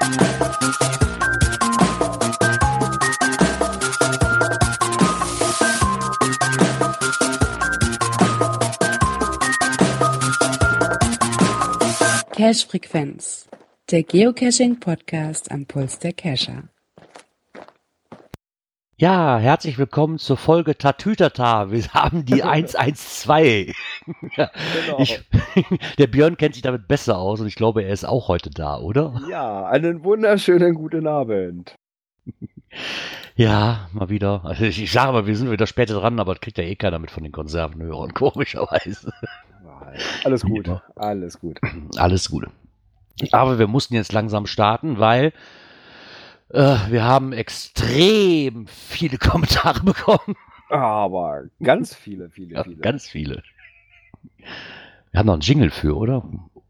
Cache-Frequenz, der Geocaching-Podcast am Puls der Cacher. Ja, herzlich willkommen zur Folge Tatütata. Wir haben die 112. Genau. Der Björn kennt sich damit besser aus und ich glaube, er ist auch heute da, oder? Ja, einen wunderschönen guten Abend. Ja, mal wieder. Also ich sage mal, wir sind wieder später dran, aber das kriegt ja eh keiner mit von den Konservenhörern, komischerweise. Alles gut, alles gut. Alles Gute. Aber wir mussten jetzt langsam starten, weil wir haben extrem viele Kommentare bekommen. Aber ganz viele. Ja, ganz viele. Wir haben noch einen Jingle für, oder?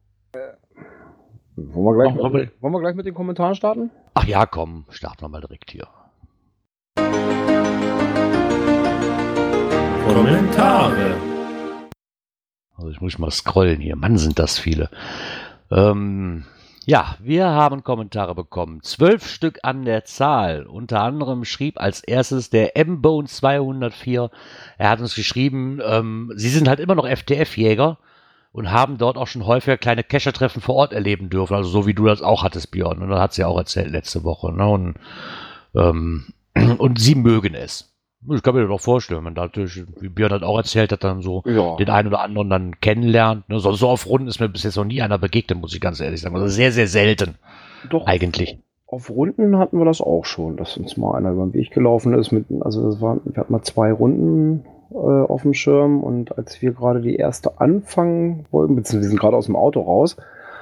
Wollen wir gleich mit den Kommentaren starten? Ach ja, komm, starten wir mal direkt hier. Kommentare. Also ich muss mal scrollen hier. Mann, sind das viele. Ja, wir haben Kommentare bekommen. 12 Stück an der Zahl. Unter anderem schrieb als erstes der M-Bone 204. Er hat uns geschrieben, sie sind halt immer noch FTF-Jäger und haben dort auch schon häufiger kleine Cacher-Treffen vor Ort erleben dürfen. Also so wie du das auch hattest, Björn. Und das hat sie ja auch erzählt letzte Woche. Ne? Und sie mögen es. Ich kann mir das doch vorstellen, wenn man da natürlich, wie Björn hat auch erzählt hat, dann so den einen oder anderen dann kennenlernt. Ne? So auf Runden ist mir bis jetzt noch nie einer begegnet, muss ich ganz ehrlich sagen. Also sehr, sehr selten. Doch. Eigentlich. Auf Runden hatten wir das auch schon, dass uns mal einer über den Weg gelaufen ist. Wir hatten mal 2 Runden auf dem Schirm und als wir gerade die erste anfangen wollten, beziehungsweise wir sind gerade aus dem Auto raus,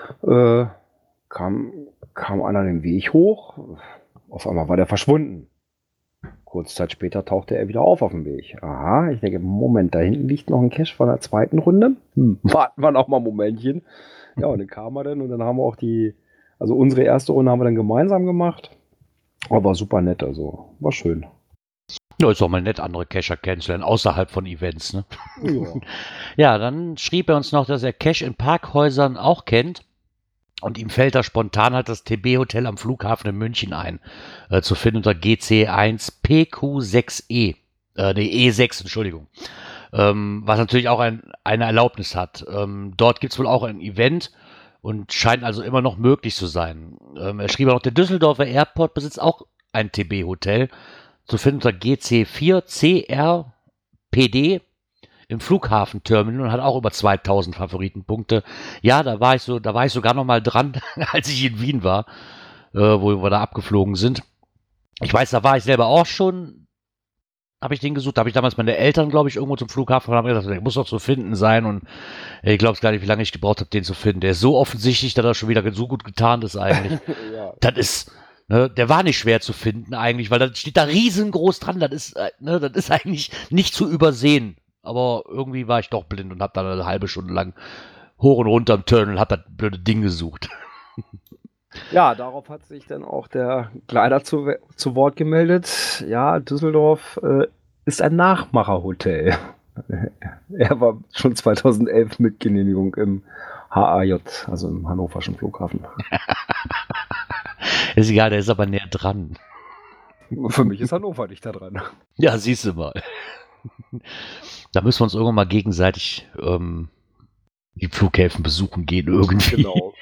kam einer den Weg hoch. Auf einmal war der verschwunden. Kurze Zeit später tauchte er wieder auf dem Weg. Aha, ich denke, Moment, da hinten liegt noch ein Cache von der zweiten Runde. Warten wir noch mal ein Momentchen. Ja, und dann kam er dann und dann haben wir auch unsere erste Runde haben wir dann gemeinsam gemacht. Aber war super nett, also war schön. Ja, ist doch mal nett, andere Cacher kennenzulernen, außerhalb von Events, ne? Ja. Ja, dann schrieb er uns noch, dass er Cache in Parkhäusern auch kennt. Und ihm fällt da spontan halt das TB-Hotel am Flughafen in München ein. Zu finden unter GC1PQ6E. E6, Entschuldigung. Was natürlich auch eine Erlaubnis hat. Dort gibt es wohl auch ein Event und scheint also immer noch möglich zu sein. Er schrieb auch noch, der Düsseldorfer Airport besitzt auch ein TB-Hotel. Zu finden unter GC4CRPD. Im Flughafenterminal und hat auch über 2000 Favoritenpunkte. Ja, da war ich sogar noch mal dran, als ich in Wien war, wo wir da abgeflogen sind. Ich weiß, da war ich selber auch schon, habe ich den gesucht. Da habe ich damals meine Eltern, glaube ich, irgendwo zum Flughafen und habe gedacht, der muss doch zu finden sein und ich glaube es gar nicht, wie lange ich gebraucht habe, den zu finden. Der ist so offensichtlich, dass er schon wieder so gut getarnt ist eigentlich. Ja. Das ist... Ne, der war nicht schwer zu finden eigentlich, weil da steht da riesengroß dran. Das ist eigentlich nicht zu übersehen. Aber irgendwie war ich doch blind und habe dann eine halbe Stunde lang hoch und runter im Terminal und habe das blöde Ding gesucht. Ja, darauf hat sich dann auch der Kleider zu Wort gemeldet. Ja, Düsseldorf ist ein Nachmacherhotel. Er war schon 2011 mit Genehmigung im HAJ, also im Hannoverschen Flughafen. Ist egal, der ist aber näher dran. Für mich ist Hannover nicht da dran. Ja, siehst du mal. Da müssen wir uns irgendwann mal gegenseitig die Flughäfen besuchen gehen irgendwie. Genau.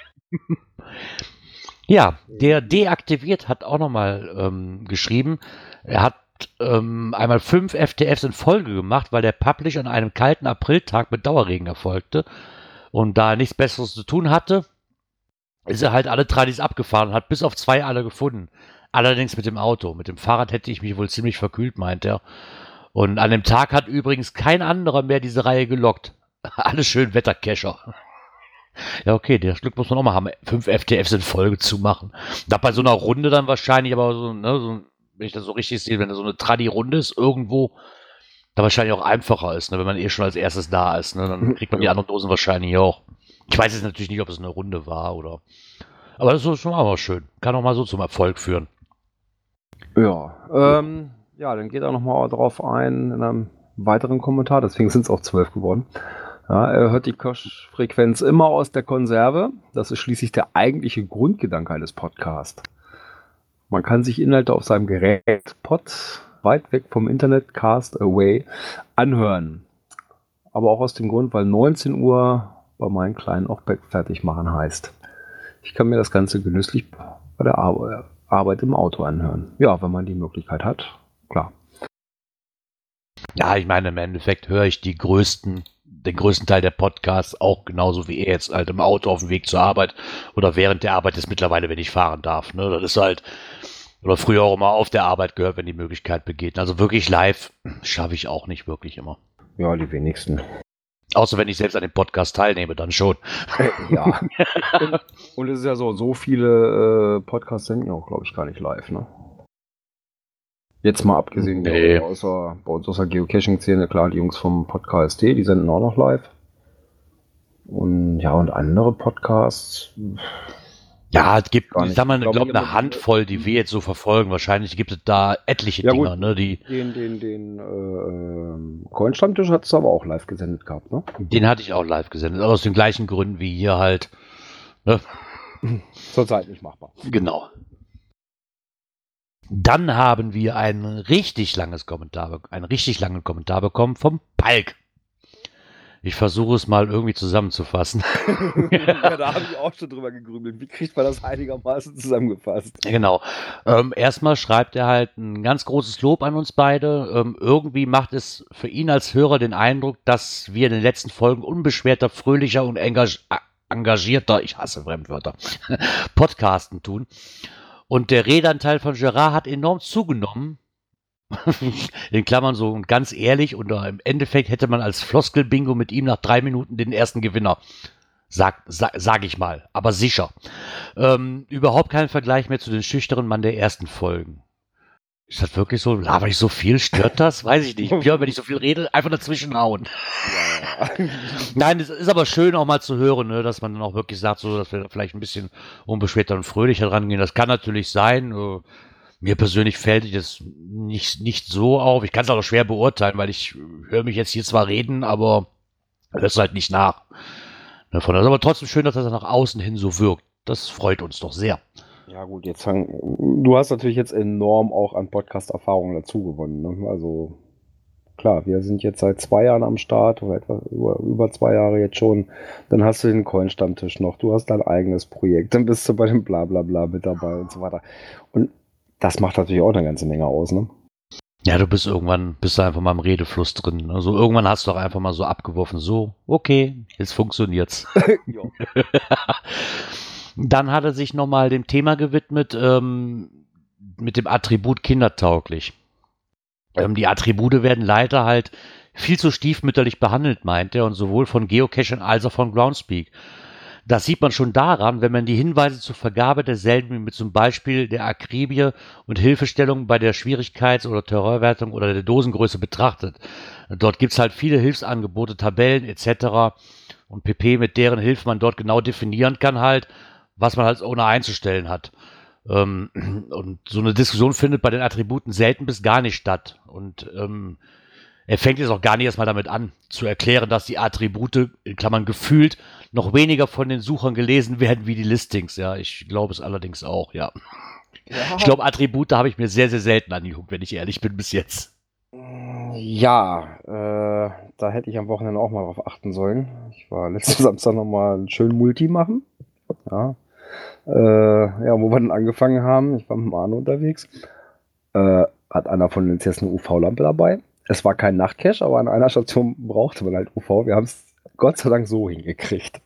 Ja, der deaktiviert hat auch nochmal geschrieben, er hat einmal 5 FTFs in Folge gemacht, weil der Publish an einem kalten Apriltag mit Dauerregen erfolgte. Und da er nichts Besseres zu tun hatte, ist er halt alle Tradis abgefahren und hat bis auf 2 alle gefunden. Allerdings mit dem Auto. Mit dem Fahrrad hätte ich mich wohl ziemlich verkühlt, meint er. Und an dem Tag hat übrigens kein anderer mehr diese Reihe gelockt. Alle schön Wettercacher. Ja, okay, das Glück muss man auch mal haben, 5 FTFs in Folge zu machen. Da bei so einer Runde dann wahrscheinlich, aber so, ne, wenn ich das so richtig sehe, wenn da so eine Tradi-Runde ist irgendwo, da wahrscheinlich auch einfacher ist, ne, wenn man eh schon als erstes da ist, ne, dann kriegt man die anderen Dosen wahrscheinlich auch. Ich weiß jetzt natürlich nicht, ob es eine Runde war oder, aber das ist schon auch mal schön. Kann auch mal so zum Erfolg führen. Ja, ja, dann geht er nochmal drauf ein in einem weiteren Kommentar, deswegen sind es auch 12 geworden. Ja, er hört die Cache-Frequenz immer aus der Konserve. Das ist schließlich der eigentliche Grundgedanke eines Podcasts. Man kann sich Inhalte auf seinem Gerät, weit weg vom Internet, Cast Away, anhören. Aber auch aus dem Grund, weil 19 Uhr bei meinen Kleinen auch fertig machen heißt. Ich kann mir das Ganze genüsslich bei der Arbeit im Auto anhören. Ja, wenn man die Möglichkeit hat, klar. Ja, ich meine, im Endeffekt höre ich den größten Teil der Podcasts auch genauso wie er jetzt halt im Auto auf dem Weg zur Arbeit oder während der Arbeit ist mittlerweile, wenn ich fahren darf. Ne? Das ist halt, oder früher auch immer auf der Arbeit gehört, wenn die Möglichkeit begeht. Also wirklich live schaffe ich auch nicht wirklich immer. Ja, die wenigsten. Außer wenn ich selbst an dem Podcast teilnehme, dann schon. Ja. Und es ist ja so viele Podcasts sind ja auch, glaube ich, gar nicht live, ne? Jetzt mal abgesehen, außer bei uns aus der Geocaching-Szene, klar, die Jungs vom Podcast, die senden auch noch live. Und ja, und andere Podcasts. Ja, es gibt, ich sag mal, eine Handvoll, die wir jetzt so verfolgen. Wahrscheinlich gibt es da etliche Dinger, ne? Den Coin-Stammtisch hat es aber auch live gesendet gehabt, ne? Den hatte ich auch live gesendet, aber aus den gleichen Gründen wie hier halt. Ne? Zurzeit nicht machbar. Genau. Dann haben wir einen richtig langen Kommentar bekommen vom Palk. Ich versuche es mal irgendwie zusammenzufassen. Ja, da habe ich auch schon drüber gegrübelt. Wie kriegt man das einigermaßen zusammengefasst? Genau. Erstmal schreibt er halt ein ganz großes Lob an uns beide. Irgendwie macht es für ihn als Hörer den Eindruck, dass wir in den letzten Folgen unbeschwerter, fröhlicher und engagierter, ich hasse Fremdwörter, Podcasten tun. Und der Redeanteil von Gerard hat enorm zugenommen. In Klammern so und ganz ehrlich, und im Endeffekt hätte man als Floskel-Bingo mit ihm nach 3 Minuten den ersten Gewinner. Sag ich mal, aber sicher. Überhaupt kein Vergleich mehr zu den schüchternen Mann der ersten Folgen. Ist das wirklich so? Laber ich so viel? Stört das? Weiß ich nicht. Ja, wenn ich so viel rede, einfach dazwischen hauen. Ja. Nein, es ist aber schön auch mal zu hören, ne, dass man dann auch wirklich sagt, so, dass wir vielleicht ein bisschen unbeschwerter und fröhlicher rangehen. Das kann natürlich sein. Mir persönlich fällt es nicht so auf. Ich kann es auch schwer beurteilen, weil ich höre mich jetzt hier zwar reden, aber höre es halt nicht nach. Davon ist aber trotzdem schön, dass das nach außen hin so wirkt. Das freut uns doch sehr. Ja gut, du hast natürlich jetzt enorm auch an Podcast-Erfahrungen dazu gewonnen. Ne? Also klar, wir sind jetzt seit 2 Jahren am Start, oder etwa über 2 Jahre jetzt schon. Dann hast du den Coin-Stammtisch noch, du hast dein eigenes Projekt, dann bist du bei dem Blablabla mit dabei und so weiter. Und das macht natürlich auch eine ganze Menge aus, ne? Ja, du bist einfach mal im Redefluss drin. Also irgendwann hast du auch einfach mal so abgeworfen, so, okay, jetzt funktioniert's. Dann hat er sich nochmal dem Thema gewidmet, mit dem Attribut kindertauglich. Die Attribute werden leider halt viel zu stiefmütterlich behandelt, meint er, und sowohl von Geocachern als auch von Groundspeak. Das sieht man schon daran, wenn man die Hinweise zur Vergabe derselben mit zum Beispiel der Akribie und Hilfestellung bei der Schwierigkeits- oder Terrorwertung oder der Dosengröße betrachtet. Dort gibt es halt viele Hilfsangebote, Tabellen etc. und pp., mit deren Hilfe man dort genau definieren kann halt, was man halt ohne einzustellen hat. Und so eine Diskussion findet bei den Attributen selten bis gar nicht statt. Und er fängt jetzt auch gar nicht erstmal damit an, zu erklären, dass die Attribute, in Klammern gefühlt, noch weniger von den Suchern gelesen werden wie die Listings. Ja, ich glaube es allerdings auch, ja. Ich glaube, Attribute habe ich mir sehr, sehr selten angeguckt, wenn ich ehrlich bin, bis jetzt. Ja, da hätte ich am Wochenende auch mal drauf achten sollen. Ich war letzten Samstag nochmal einen schönen Multi machen. Ja. Wo wir dann angefangen haben, ich war mit Manu unterwegs, hat einer von uns jetzt eine UV-Lampe dabei. Es war kein Nachtcache, aber an einer Station brauchte man halt UV. Wir haben es Gott sei Dank so hingekriegt.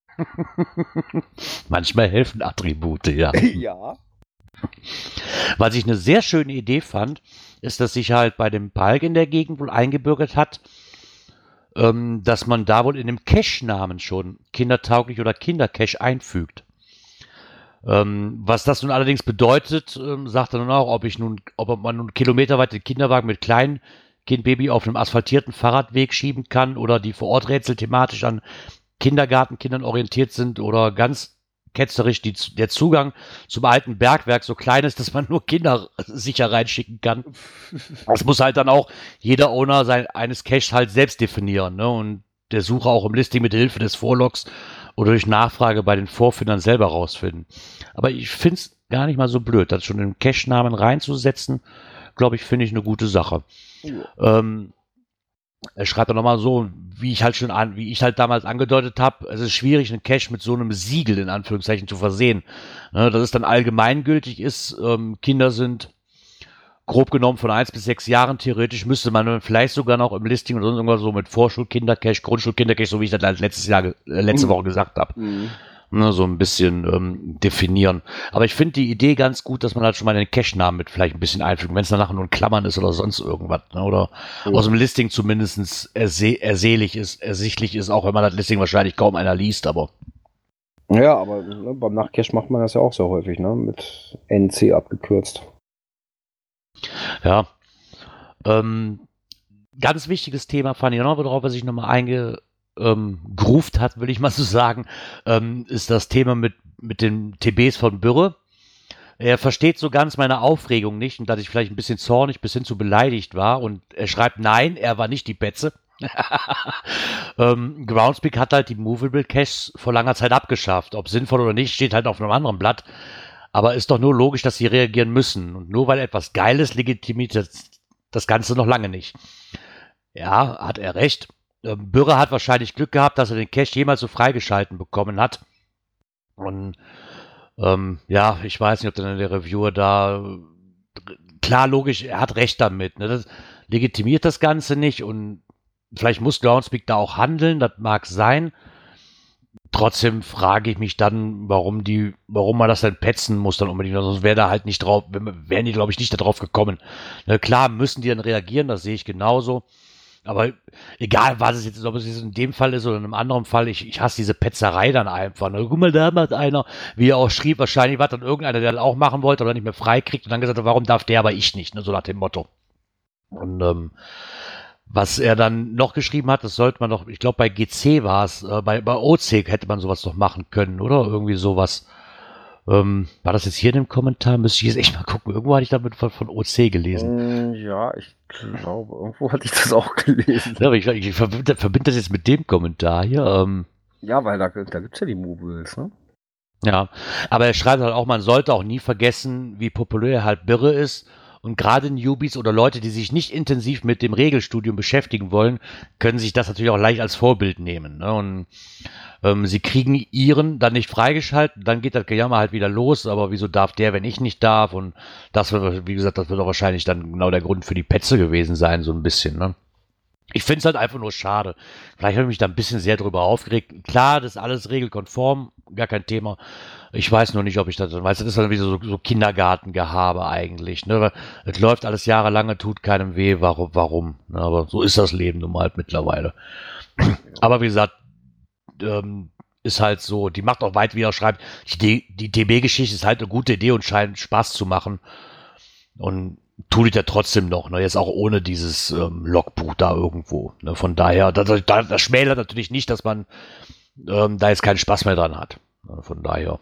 Manchmal helfen Attribute, ja. Ja. Was ich eine sehr schöne Idee fand, ist, dass sich halt bei dem Palk in der Gegend wohl eingebürgert hat, dass man da wohl in dem Cache-Namen schon kindertauglich oder Kindercache einfügt. Was das nun allerdings bedeutet, sagt er nun auch, ob man nun kilometerweit den Kinderwagen mit Kleinkindbaby auf einem asphaltierten Fahrradweg schieben kann oder die vor Ort Rätsel thematisch an Kindergartenkindern orientiert sind oder ganz ketzerisch der Zugang zum alten Bergwerk so klein ist, dass man nur Kinder sicher reinschicken kann. Das muss halt dann auch jeder Owner eines Caches halt selbst definieren, ne? Und der Suche auch im Listing mit Hilfe des Vorlogs oder durch Nachfrage bei den Vorfindern selber rausfinden. Aber ich finde es gar nicht mal so blöd, das schon im Cache-Namen reinzusetzen, glaube ich, finde ich eine gute Sache. Er schreibt dann nochmal so, wie ich halt damals angedeutet habe, es ist schwierig, einen Cache mit so einem Siegel in Anführungszeichen zu versehen. Ne, dass es dann allgemeingültig ist, Kinder sind grob genommen von 1 bis 6 Jahren, theoretisch müsste man vielleicht sogar noch im Listing oder sonst irgendwas so mit Vorschulkindercache, Grundschulkindercache, so wie ich das halt letzte Woche gesagt habe. Ne, so ein bisschen definieren. Aber ich finde die Idee ganz gut, dass man halt schon mal den Cache-Namen mit vielleicht ein bisschen einfügt, wenn es danach nur in Klammern ist oder sonst irgendwas. Ne, oder aus dem Listing zumindest ersichtlich ist, auch wenn man das Listing wahrscheinlich kaum einer liest, aber. Ja, aber ne, beim Nachcache macht man das ja auch sehr häufig, ne? Mit NC abgekürzt. Ja. Ganz wichtiges Thema fand ich noch, worauf er sich nochmal eingegroovt hat, will ich mal so sagen, ist das Thema mit den TBs von Bürre. Er versteht so ganz meine Aufregung nicht und dass ich vielleicht ein bisschen zornig bis hin zu beleidigt war und er schreibt, nein, er war nicht die Betze. Groundspeak hat halt die Movable Caches vor langer Zeit abgeschafft. Ob sinnvoll oder nicht, steht halt auf einem anderen Blatt. Aber ist doch nur logisch, dass sie reagieren müssen. Und nur weil etwas Geiles legitimiert das Ganze noch lange nicht. Ja, hat er recht. Bürre hat wahrscheinlich Glück gehabt, dass er den Cache jemals so freigeschalten bekommen hat. Und ja, ich weiß nicht, ob dann der Reviewer da klar, logisch, er hat recht damit. Ne? Das legitimiert das Ganze nicht und vielleicht muss Groundspeak da auch handeln, das mag sein. Trotzdem frage ich mich dann, warum man das dann petzen muss dann unbedingt, sonst wären die, glaube ich, nicht darauf gekommen. Na klar, müssen die dann reagieren, das sehe ich genauso. Aber egal, was es jetzt ist, ob es jetzt in dem Fall ist oder in einem anderen Fall, ich hasse diese Petzerei dann einfach. Ne? Guck mal, da macht einer, wie er auch schrieb, wahrscheinlich war dann irgendeiner, der das auch machen wollte oder nicht mehr freikriegt und dann gesagt hat, warum darf der, aber ich nicht, ne? So nach dem Motto. Und was er dann noch geschrieben hat, das sollte man doch, ich glaube bei GC war es, bei OC hätte man sowas doch machen können, oder? Irgendwie sowas. War das jetzt hier in dem Kommentar? Müsste ich jetzt echt mal gucken. Irgendwo hatte ich damit von OC gelesen. Ja, ich glaube, irgendwo hatte ich das auch gelesen. Ja, aber ich verbinde das jetzt mit dem Kommentar hier. Ja, weil da gibt es ja die Mobiles, ne? Ja, aber er schreibt halt auch, man sollte auch nie vergessen, wie populär halt Birre ist. Und gerade Newbies oder Leute, die sich nicht intensiv mit dem Regelstudium beschäftigen wollen, können sich das natürlich auch leicht als Vorbild nehmen. Ne? Und sie kriegen ihren dann nicht freigeschaltet, dann geht das Gejammer halt wieder los, aber wieso darf der, wenn ich nicht darf? Und das wird, wie gesagt, das wird auch wahrscheinlich dann genau der Grund für die Petze gewesen sein, so ein bisschen. Ne? Ich finde es halt einfach nur schade. Vielleicht habe ich mich da ein bisschen sehr drüber aufgeregt. Klar, das ist alles regelkonform, gar kein Thema. Ich weiß nur nicht, ob ich das dann weiß. Das ist dann wieder so Kindergartengehabe eigentlich. Ne? Es läuft alles jahrelang, tut keinem weh. Warum? Ne? Aber so ist das Leben nun mal halt mittlerweile. Aber wie gesagt, ist halt so. Die macht auch weit, wie er schreibt, die DB-Geschichte ist halt eine gute Idee und scheint Spaß zu machen. Und tut es ja trotzdem noch, ne? Jetzt auch ohne dieses Logbuch da irgendwo. Ne? Von daher, das schmälert natürlich nicht, dass man da jetzt keinen Spaß mehr dran hat. Ne? Von daher.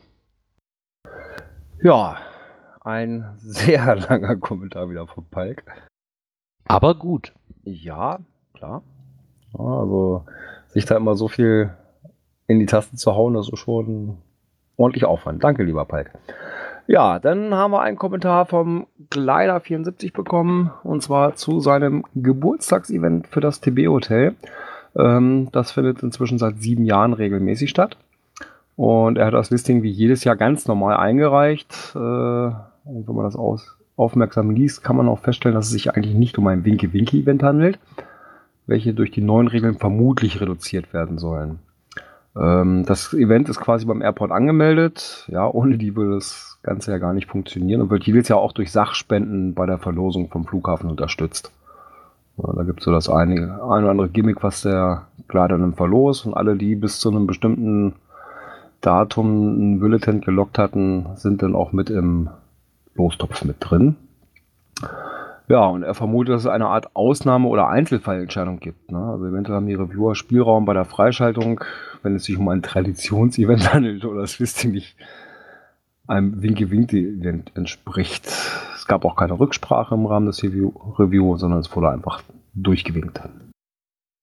Ja, ein sehr langer Kommentar wieder von Palk. Aber gut. Ja, klar. Ja, also sich da immer so viel in die Tasten zu hauen, das ist schon ordentlich Aufwand. Danke, lieber Palk. Ja, dann haben wir einen Kommentar vom Glider74 bekommen, und zwar zu seinem Geburtstagsevent für das TB-Hotel. Das findet inzwischen seit 7 Jahren regelmäßig statt. Und er hat das Listing wie jedes Jahr ganz normal eingereicht. Und wenn man das aufmerksam liest, kann man auch feststellen, dass es sich eigentlich nicht um ein Winky-Winky-Event handelt, welche durch die neuen Regeln vermutlich reduziert werden sollen. Das Event ist quasi beim Airport angemeldet. Ja, ohne die würde das Ganze ja gar nicht funktionieren und wird jedes Jahr auch durch Sachspenden bei der Verlosung vom Flughafen unterstützt. Ja, da gibt es so das eine oder andere Gimmick, was der Glider dann verlost, und alle, die bis zu einem bestimmten Datum ein Bulletin gelockt hatten, sind dann auch mit im Lostopf mit drin. Ja, und er vermutet, dass es eine Art Ausnahme- oder Einzelfallentscheidung gibt. Ne? Also eventuell haben die Reviewer Spielraum bei der Freischaltung, wenn es sich um ein Traditionsevent handelt oder das Listing nicht einem Winky-Winky-Event entspricht. Es gab auch keine Rücksprache im Rahmen des Review, sondern es wurde einfach durchgewinkt.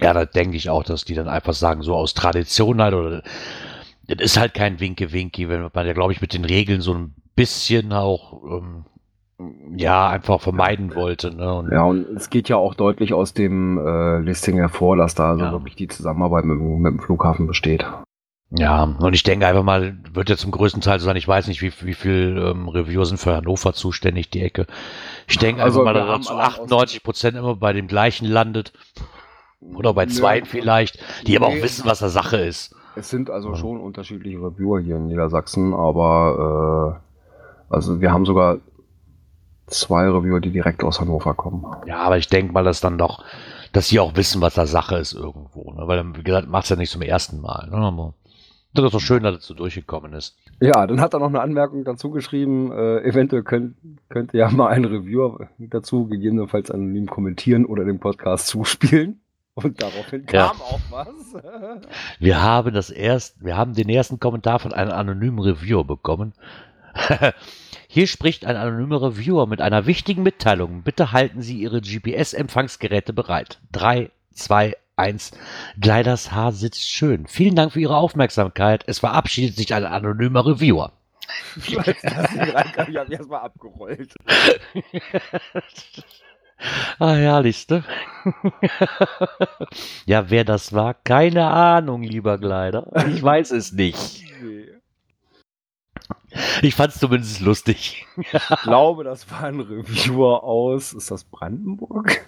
Ja, da denke ich auch, dass die dann einfach sagen, so aus Tradition halt, oder das ist halt kein Winke-Winki, wenn man ja, glaube ich, mit den Regeln so ein bisschen auch, ja, einfach vermeiden wollte. Ne? Und es geht ja auch deutlich aus dem Listing hervor, dass da also wirklich die Zusammenarbeit mit dem Flughafen besteht. Ja, und ich denke einfach mal, wird ja zum größten Teil so sein, ich weiß nicht, wie viel Reviewer sind für Hannover zuständig, die Ecke. Ich denke einfach mal, dass zu 98% immer bei dem gleichen landet. Oder bei 2 vielleicht, die aber auch wissen, was da Sache ist. Es sind also schon unterschiedliche Reviewer hier in Niedersachsen, aber also wir haben sogar 2 Reviewer, die direkt aus Hannover kommen. Ja, aber ich denke mal, dass sie auch wissen, was da Sache ist irgendwo. Ne? Weil dann, wie gesagt, macht es ja nicht zum ersten Mal. Ne? Aber das ist doch schön, dass es so durchgekommen ist. Ja, dann hat er noch eine Anmerkung dazu geschrieben, eventuell könnte ja mal ein Reviewer dazu gegebenenfalls anonym kommentieren oder den Podcast zuspielen. Und daraufhin kam auch was. Wir haben den ersten Kommentar von einem anonymen Reviewer bekommen. Hier spricht ein anonymer Reviewer mit einer wichtigen Mitteilung. Bitte halten Sie Ihre GPS-Empfangsgeräte bereit. 3, 2, 1. Gliders Haar sitzt schön. Vielen Dank für Ihre Aufmerksamkeit. Es verabschiedet sich ein anonymer Reviewer. Ich habe erstmal abgerollt. Ah, herrlichste. Ja, wer das war, keine Ahnung, lieber Glider. Ich weiß es nicht. Ich fand es zumindest lustig. Ich glaube, das war ein Reviewer aus, ist das Brandenburg?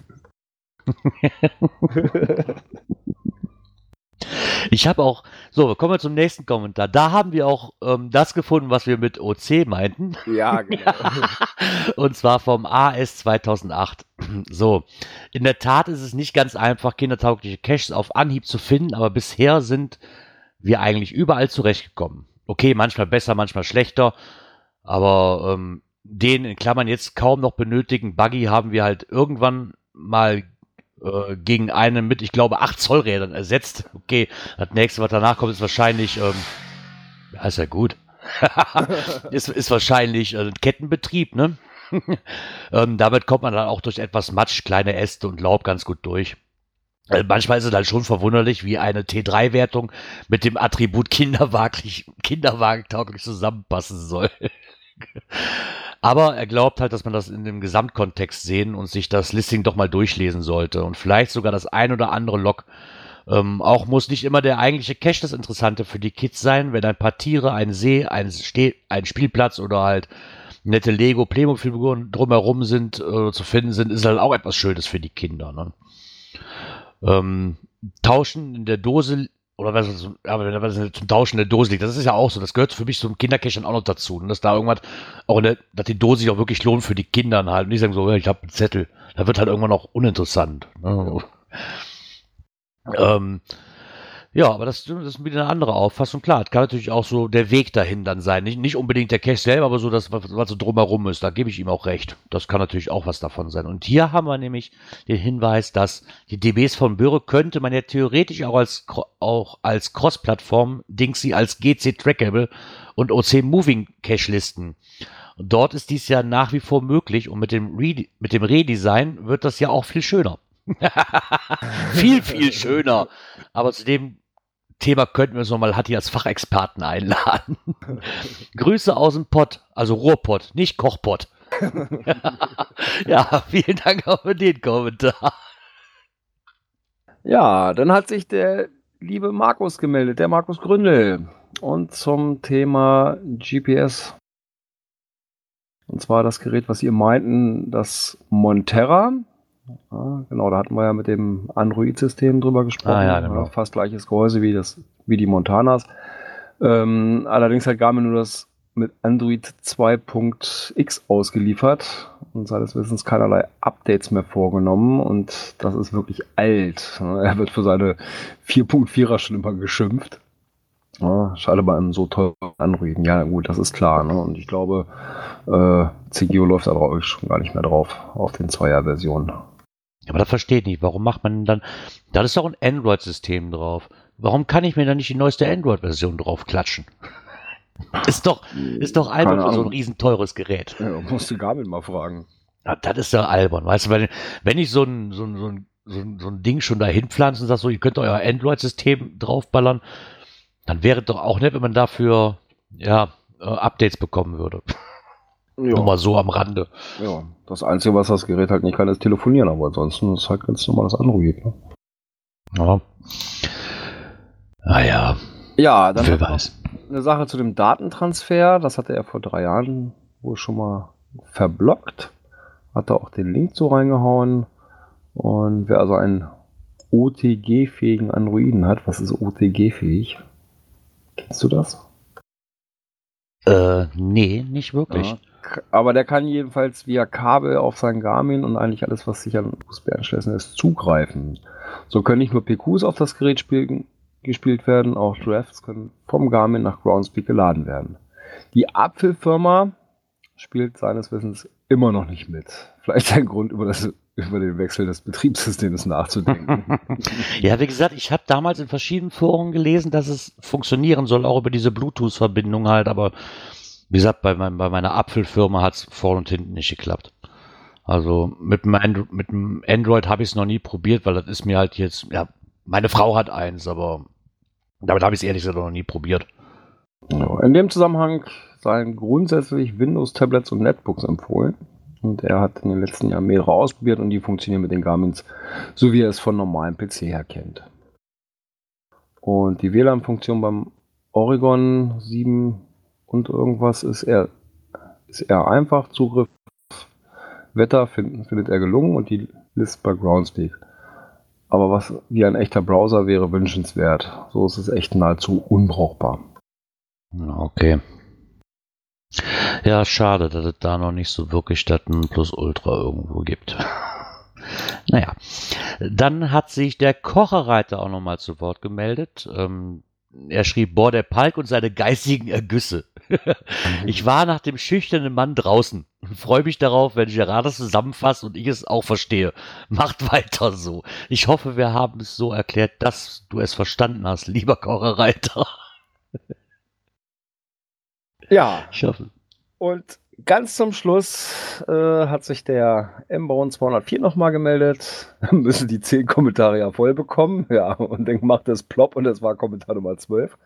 Ich habe auch, so, kommen wir zum nächsten Kommentar. Da haben wir auch das gefunden, was wir mit OC meinten. Ja, genau. Und zwar vom AS 2008. So, in der Tat ist es nicht ganz einfach, kindertaugliche Caches auf Anhieb zu finden, aber bisher sind wir eigentlich überall zurechtgekommen. Okay, manchmal besser, manchmal schlechter, aber den in Klammern jetzt kaum noch benötigten Buggy haben wir halt irgendwann mal gegen einen mit, ich glaube, 8 Zoll Rädern ersetzt. Okay, das nächste, was danach kommt, ist wahrscheinlich, ja, ist ja gut. ist wahrscheinlich Kettenbetrieb, ne? Damit kommt man dann auch durch etwas Matsch, kleine Äste und Laub ganz gut durch. Manchmal ist es halt schon verwunderlich, wie eine T3-Wertung mit dem Attribut kinderwagentauglich zusammenpassen soll. Aber er glaubt halt, dass man das in dem Gesamtkontext sehen und sich das Listing doch mal durchlesen sollte und vielleicht sogar das ein oder andere Log. Auch muss nicht immer der eigentliche Cache das Interessante für die Kids sein, wenn ein paar Tiere, ein See, ein Spielplatz oder halt nette Lego-Playmobil-Figuren drumherum sind, zu finden sind, ist halt auch etwas Schönes für die Kinder. Ne? Tauschen in der Dose oder was, aber wenn das zum Tauschen in der Dose liegt, das ist ja auch so, das gehört für mich zum Kindercache dann auch noch dazu. Und dass da irgendwas, auch dass die Dose sich auch wirklich lohnt für die Kinder halt. Und die sagen so, ich habe einen Zettel. Da wird halt irgendwann auch uninteressant. Ne? Ja, aber das ist wieder eine andere Auffassung. Klar, es kann natürlich auch so der Weg dahin dann sein. Nicht unbedingt der Cache selber, aber so das, was so drumherum ist. Da gebe ich ihm auch recht. Das kann natürlich auch was davon sein. Und hier haben wir nämlich den Hinweis, dass die DBs von Böhre könnte man ja theoretisch auch als Cross-Plattform Dingsy als GC Trackable und OC Moving Cache listen. Und dort ist dies ja nach wie vor möglich und mit dem Redesign wird das ja auch viel schöner. viel, viel schöner. Aber zu dem Thema könnten wir uns nochmal Hatti als Fachexperten einladen. Grüße aus dem Pott, also Ruhrpott, nicht Kochpott. Ja, vielen Dank auch für den Kommentar. Ja, dann hat sich der liebe Markus gemeldet, der Markus Gründel. Und zum Thema GPS. Und zwar das Gerät, was ihr meinten, das Monterra. Ja, genau, da hatten wir ja mit dem Android-System drüber gesprochen. Ja, genau. Fast gleiches Gehäuse wie die Montanas. Allerdings hat Garmin nur das mit Android 2.x ausgeliefert und seines Wissens keinerlei Updates mehr vorgenommen und das ist wirklich alt. Er wird für seine 4.4er schon immer geschimpft. Ja, schade bei einem so teuren Android. Ja, gut, das ist klar. Ne? Und ich glaube, CGO läuft aber schon gar nicht mehr drauf, auf den 2er-Versionen. Aber das verstehe ich nicht. Warum macht man dann, da ist doch ein Android-System drauf. Warum kann ich mir dann nicht die neueste Android-Version drauf klatschen? Ist doch albern für so ein riesen teures Gerät. Ja, musst du Garmin mal fragen. Ja, das ist ja albern. Weißt du, wenn ich so ein so ein Ding schon dahin pflanzt und sagt so, ihr könnt euer Android-System draufballern, dann wäre doch auch nett, wenn man dafür Updates bekommen würde. Ja. Nur mal so am Rande. Ja, das Einzige, was das Gerät halt nicht kann, ist telefonieren, aber ansonsten ist halt ganz normales Android. Ne? Ja. Naja. Ja, dann Wer weiß. eine Sache zu dem Datentransfer, das hatte er vor 3 Jahren wohl schon mal verblockt. Hat da auch den Link zu reingehauen. Und wer also einen OTG-fähigen Androiden hat, was ist OTG-fähig? Kennst du das? Nee, nicht wirklich. Ja, aber der kann jedenfalls via Kabel auf sein Garmin und eigentlich alles, was sich an USB anschließen ist, zugreifen. So können nicht nur PQs auf das Gerät gespielt werden, auch Drafts können vom Garmin nach Groundspeak geladen werden. Die Apfelfirma spielt seines Wissens immer noch nicht mit. Vielleicht ein Grund, über den Wechsel des Betriebssystems nachzudenken. Ja, wie gesagt, ich habe damals in verschiedenen Foren gelesen, dass es funktionieren soll, auch über diese Bluetooth-Verbindung halt, aber wie gesagt, bei meiner Apfelfirma hat es vorne und hinten nicht geklappt. Also mit dem Android habe ich es noch nie probiert, weil das ist mir halt jetzt, ja, meine Frau hat eins, aber damit habe ich es ehrlich gesagt noch nie probiert. Ja, in dem Zusammenhang seien grundsätzlich Windows-Tablets und Netbooks empfohlen. Und er hat in den letzten Jahren mehrere ausprobiert und die funktionieren mit den Garmins, so wie er es von normalem PC her kennt. Und die WLAN-Funktion beim Oregon 7 und irgendwas ist eher einfach. Zugriff, Wetter findet er gelungen und die List bei Groundspeak. Aber was wie ein echter Browser wäre wünschenswert. So ist es echt nahezu unbrauchbar. Okay. Ja, schade, dass es da noch nicht so wirklich das Nonplusultra irgendwo gibt. Naja, dann hat sich der Kocherreiter auch nochmal zu Wort gemeldet. Er schrieb, boah, der Palk und seine geistigen Ergüsse. Ich war nach dem schüchternen Mann draußen und freue mich darauf, wenn Gerard das zusammenfasst und ich es auch verstehe. Macht weiter so. Ich hoffe, wir haben es so erklärt, dass du es verstanden hast, lieber Kocherreiter. Ja, Ich hoffe. und ganz zum Schluss hat sich der M-Bone 204 nochmal gemeldet. Müssen die 10 Kommentare ja voll bekommen. Ja, und dann macht das plopp und das war Kommentar Nummer 12.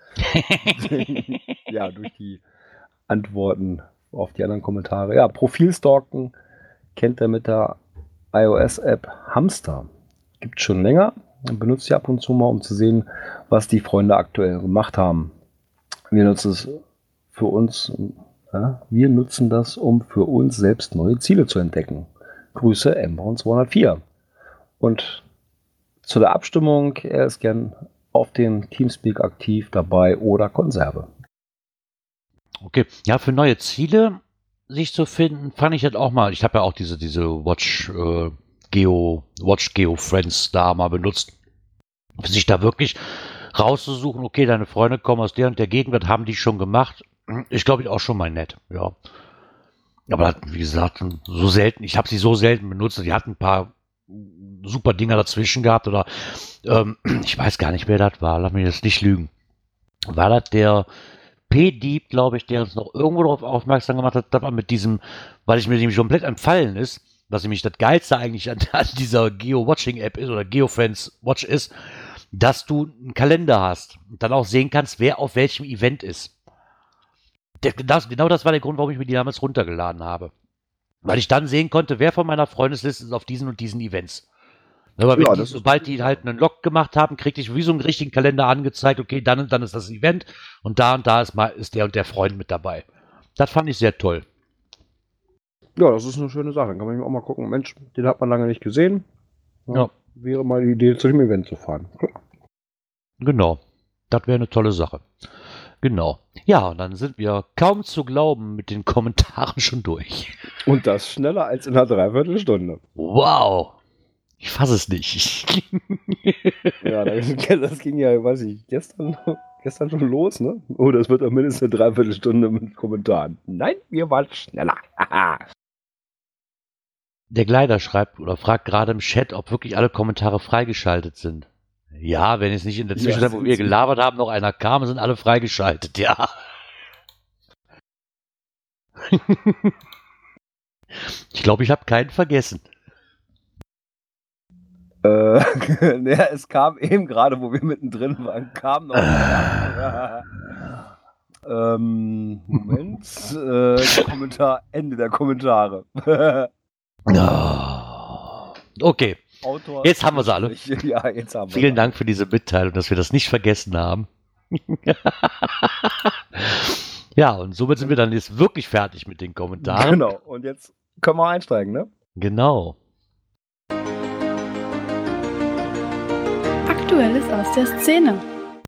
Ja, durch die Antworten auf die anderen Kommentare. Ja, Profilstalken kennt er mit der iOS-App Hamster. Gibt schon länger. Benutzt sie ab und zu mal, um zu sehen, was die Freunde aktuell gemacht haben. Wir nutzen es für uns. Ja, wir nutzen das, um für uns selbst neue Ziele zu entdecken. Grüße M-Bone 204. Und zu der Abstimmung, er ist gern auf dem Teamspeak aktiv dabei oder Konserve. Okay, ja, für neue Ziele sich zu finden, fand ich das auch mal. Ich habe ja auch diese Watch Geo Friends da mal benutzt. Sich da wirklich rauszusuchen, okay, deine Freunde kommen aus der und der Gegend, das haben die schon gemacht. Ich glaube, auch schon mal nett, ja. Aber wie gesagt, so selten, ich habe sie so selten benutzt. Die hatten ein paar super Dinger dazwischen gehabt oder ich weiß gar nicht, wer das war. Lass mich das nicht lügen. War das der P-Dieb, glaube ich, der uns noch irgendwo darauf aufmerksam gemacht hat, dass man mit diesem, weil ich mir nämlich komplett entfallen ist, was nämlich das Geilste eigentlich an dieser Geo-Watching-App ist oder Geo-Friends Watch ist, dass du einen Kalender hast und dann auch sehen kannst, wer auf welchem Event ist. Genau das war der Grund, warum ich mir die damals runtergeladen habe. Weil ich dann sehen konnte, wer von meiner Freundesliste ist auf diesen und diesen Events. Aber Ja, sobald die halt einen Log gemacht haben, kriegte ich wie so einen richtigen Kalender angezeigt, okay, dann und dann ist das Event und da ist der und der Freund mit dabei. Das fand ich sehr toll. Ja, das ist eine schöne Sache. Dann kann man auch mal gucken, Mensch, den hat man lange nicht gesehen. Ja. Wäre mal die Idee, zu dem Event zu fahren. Genau. Das wäre eine tolle Sache. Genau. Ja, und dann sind wir kaum zu glauben mit den Kommentaren schon durch. Und das schneller als in einer Dreiviertelstunde. Wow. Ich fasse es nicht. Ja, das ging ja, weiß ich, gestern schon los, ne? Oh, das wird doch mindestens eine Dreiviertelstunde mit Kommentaren. Nein, wir waren schneller. Der Gleiter schreibt oder fragt gerade im Chat, ob wirklich alle Kommentare freigeschaltet sind. Ja, wenn es nicht in der Zwischenzeit, wo wir gelabert haben, noch einer kam, sind alle freigeschaltet, ja. Ich glaube, ich habe keinen vergessen. Es kam eben gerade, wo wir mittendrin waren, kam noch Moment. Kommentar, Ende der Kommentare. Okay, Autor. jetzt haben wir sie alle. Ja, jetzt haben wir Vielen Dank für diese Mitteilung, dass wir das nicht vergessen haben. Ja, und somit sind wir dann jetzt wirklich fertig mit den Kommentaren. Genau, und jetzt können wir einsteigen, ne? Genau. Aktuelles aus der Szene.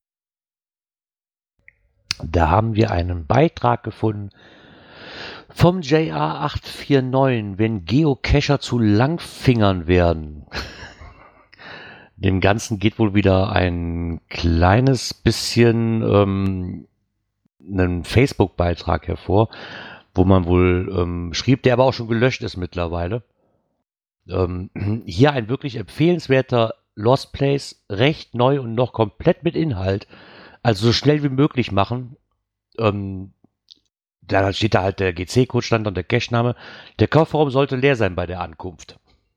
Da haben wir einen Beitrag gefunden vom JR849, wenn Geocacher zu Langfingern werden. Dem Ganzen geht wohl wieder ein kleines bisschen einen Facebook-Beitrag hervor, wo man wohl schrieb, der aber auch schon gelöscht ist mittlerweile. Hier ein wirklich empfehlenswerter Lost Place, recht neu und noch komplett mit Inhalt. Also so schnell wie möglich machen. Da steht da halt der GC-Code, stand und der Cache-Name. Der Kofferraum sollte leer sein bei der Ankunft.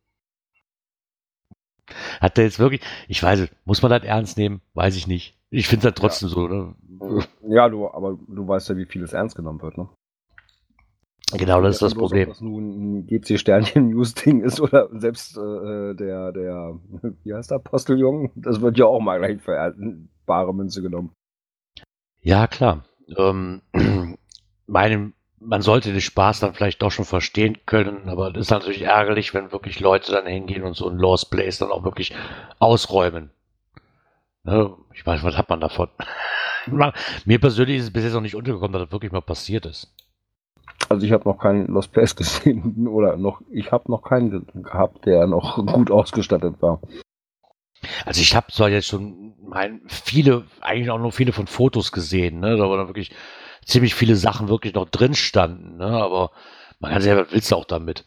Hat der jetzt wirklich, ich weiß nicht, muss man das ernst nehmen? Weiß ich nicht. Ich finde es halt trotzdem so, ne? Ja, aber du weißt ja, wie viel es ernst genommen wird, ne? Genau, das ist das Problem. Ob das nun ein GC-Sternchen-News-Ding ist oder selbst der, wie heißt der, Posteljung, das wird ja auch mal gleich für bare Münze genommen. Ja, klar. Man sollte den Spaß dann vielleicht doch schon verstehen können, aber das ist natürlich ärgerlich, wenn wirklich Leute dann hingehen und so ein Lost Place dann auch wirklich ausräumen. Ne? Ich weiß, was hat man davon? Mir persönlich ist es bis jetzt noch nicht untergekommen, dass das wirklich mal passiert ist. Also ich habe noch keinen Lost Place gesehen ich habe noch keinen gehabt, der noch gut ausgestattet war. Also ich habe zwar jetzt schon eigentlich auch nur viele von Fotos gesehen, ne, da dann wirklich ziemlich viele Sachen wirklich noch drin standen, ne, aber man kann sich ja, was willst du auch damit?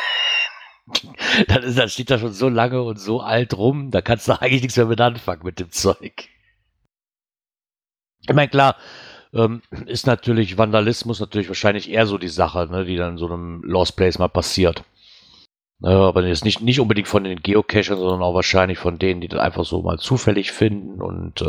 Das steht da schon so lange und so alt rum, da kannst du eigentlich nichts mehr mit anfangen mit dem Zeug. Ich meine, klar, ist natürlich Vandalismus natürlich wahrscheinlich eher so die Sache, ne, die dann in so einem Lost Place mal passiert. Aber jetzt nicht unbedingt von den Geocachern, sondern auch wahrscheinlich von denen, die das einfach so mal zufällig finden und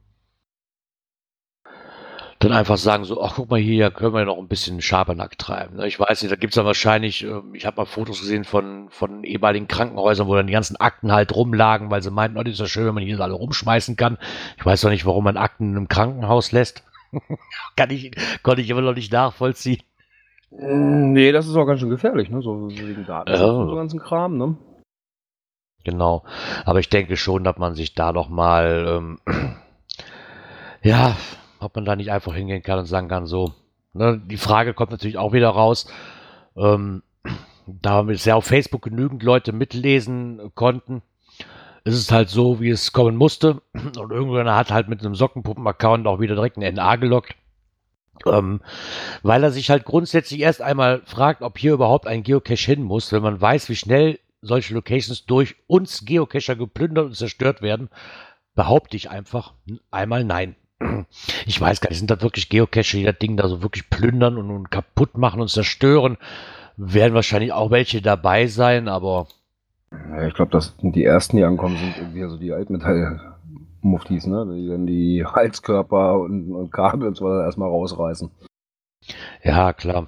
dann einfach sagen so, ach guck mal hier können wir noch ein bisschen Schabernack treiben. Ich weiß nicht, da gibt es dann wahrscheinlich, ich habe mal Fotos gesehen von ehemaligen Krankenhäusern, wo dann die ganzen Akten halt rumlagen, weil sie meinten, oh, das ist ja schön, wenn man hier alle rumschmeißen kann. Ich weiß doch nicht, warum man Akten in einem Krankenhaus lässt. Konnte ich immer noch nicht nachvollziehen. Nee, das ist auch ganz schön gefährlich, ne? So wegen Daten und so ganzen Kram, ne? Genau. Aber ich denke schon, dass man sich da noch mal ob man da nicht einfach hingehen kann und sagen kann, so, ne? Die Frage kommt natürlich auch wieder raus, da bisher auf Facebook genügend Leute mitlesen konnten, ist es halt so, wie es kommen musste. Und irgendwann hat halt mit einem Sockenpuppen-Account auch wieder direkt ein NA gelockt. Weil er sich halt grundsätzlich erst einmal fragt, ob hier überhaupt ein Geocache hin muss, wenn man weiß, wie schnell solche Locations durch uns Geocacher geplündert und zerstört werden, behaupte ich einfach einmal nein. Ich weiß gar nicht, sind das wirklich Geocacher, die das Ding da so wirklich plündern und kaputt machen und zerstören? Werden wahrscheinlich auch welche dabei sein, aber... Ja, ich glaube, das sind die ersten, die ankommen, sind irgendwie so die Altmetall-Muftis, ne? Die dann die Heizkörper und Kabel und so weiter erstmal rausreißen. Ja, klar.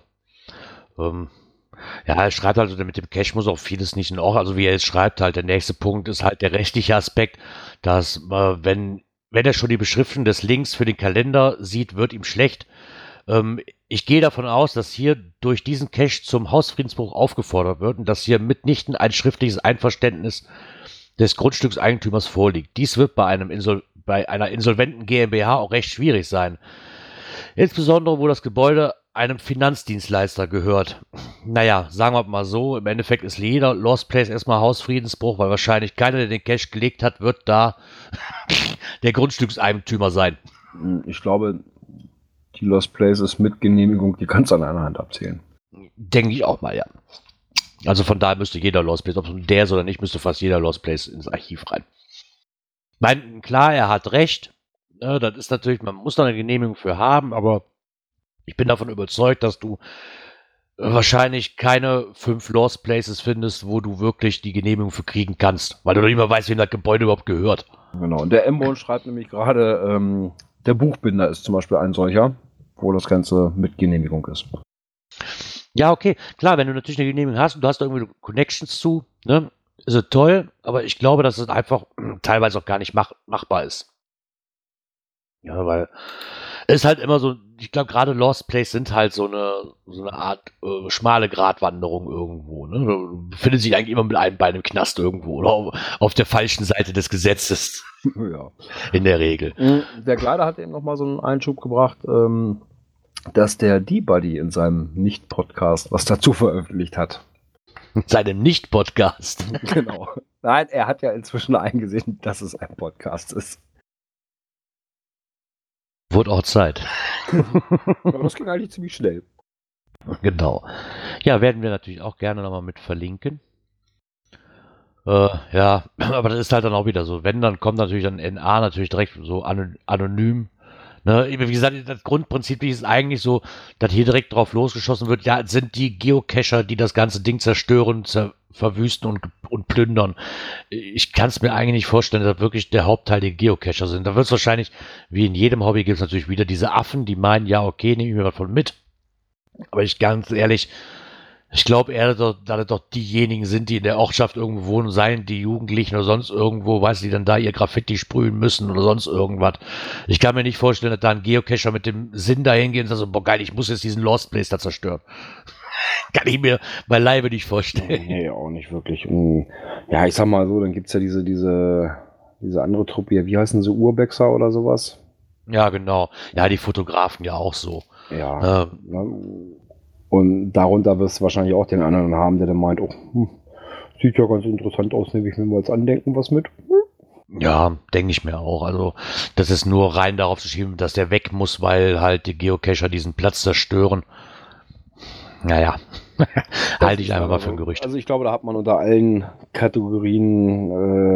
Er schreibt also, mit dem Cache muss auch vieles nicht in Ordnung. Also wie er jetzt schreibt, halt, der nächste Punkt ist halt der rechtliche Aspekt, dass wenn er schon die Beschriftung des Links für den Kalender sieht, wird ihm schlecht. Ich gehe davon aus, dass hier durch diesen Cache zum Hausfriedensbruch aufgefordert wird und dass hier mitnichten ein schriftliches Einverständnis des Grundstückseigentümers vorliegt. Dies wird bei einer insolventen GmbH auch recht schwierig sein. Insbesondere, wo das Gebäude einem Finanzdienstleister gehört. Naja, sagen wir mal so, im Endeffekt ist jeder Lost Place erstmal Hausfriedensbruch, weil wahrscheinlich keiner, der den Cache gelegt hat, wird da der Grundstückseigentümer sein. Ich glaube, die Lost Places mit Genehmigung, die kannst du an einer Hand abzählen. Denke ich auch mal, ja. Also von daher müsste jeder Lost Place, ob es der ist oder nicht, müsste fast jeder Lost Place ins Archiv rein. Nein, klar, er hat recht. Ja, das ist natürlich, man muss da eine Genehmigung für haben, aber ich bin davon überzeugt, dass du, wenn du schon die Beschriftung des Links für den Kalender siehst, wird ihm schlecht. Ich weiß gar nicht, sind das wirklich Geocacher, die das Ding da so wirklich plündern und zerstört werden? wahrscheinlich keine 5 Lost Places findest, wo du wirklich die Genehmigung für kriegen kannst, weil du noch nicht mal weißt, wem das Gebäude überhaupt gehört. Genau, und der M-Bone schreibt nämlich gerade, der Buchbinder ist zum Beispiel ein solcher, wo das Ganze mit Genehmigung ist. Ja, okay, klar, wenn du natürlich eine Genehmigung hast und du hast da irgendwie Connections zu, ne, ist es toll, aber ich glaube, dass es einfach teilweise auch gar nicht machbar ist. Ja, weil es ist halt immer so, ich glaube, gerade Lost Place sind halt so eine Art schmale Gratwanderung irgendwo. Ne? Du befindet sich eigentlich immer mit einem Bein im Knast irgendwo oder auf der falschen Seite des Gesetzes. Ja. In der Regel. Der Kleider hat eben nochmal so einen Einschub gebracht, dass der D-Buddy in seinem Nicht-Podcast was dazu veröffentlicht hat. Seinem Nicht-Podcast. Genau. Nein, er hat ja inzwischen eingesehen, dass es ein Podcast ist. Wurde auch Zeit. Aber das ging eigentlich ziemlich schnell. Genau. Ja, werden wir natürlich auch gerne nochmal mit verlinken. Ja, aber das ist halt dann auch wieder so. Wenn, dann kommt natürlich dann NA natürlich direkt so anonym. Ne? Wie gesagt, das Grundprinzip ist eigentlich so, dass hier direkt drauf losgeschossen wird, ja, es sind die Geocacher, die das ganze Ding zerstören, verwüsten und plündern. Ich kann es mir eigentlich nicht vorstellen, dass das wirklich der Hauptteil die Geocacher sind. Da wird es wahrscheinlich, wie in jedem Hobby, gibt es natürlich wieder diese Affen, die meinen, ja, okay, nehme ich mir was von mit. Aber ganz ehrlich, ich glaube eher, dass es doch diejenigen sind, die in der Ortschaft irgendwo wohnen, seien die Jugendlichen oder sonst irgendwo, weiß die dann da ihr Graffiti sprühen müssen oder sonst irgendwas. Ich kann mir nicht vorstellen, dass da ein Geocacher mit dem Sinn dahin geht und sagt so, boah geil, ich muss jetzt diesen Lost Place da zerstören. Kann ich mir beileibe nicht vorstellen. Nee, auch nicht wirklich. Und, ja, ich sag mal so, dann gibt es ja diese andere Truppe hier, wie heißen sie, Urbexer oder sowas? Ja, genau. Ja, die Fotografen ja auch so. Ja. Und darunter wirst du wahrscheinlich auch den anderen haben, der dann meint, oh, sieht ja ganz interessant aus, nehme ich mir mal als Andenken was mit. Ja, denke ich mir auch. Also, das ist nur rein darauf zu schieben, dass der weg muss, weil halt die Geocacher diesen Platz zerstören. Naja, halte ich einfach mal für ein Gerücht. Also ich glaube, da hat man unter allen Kategorien,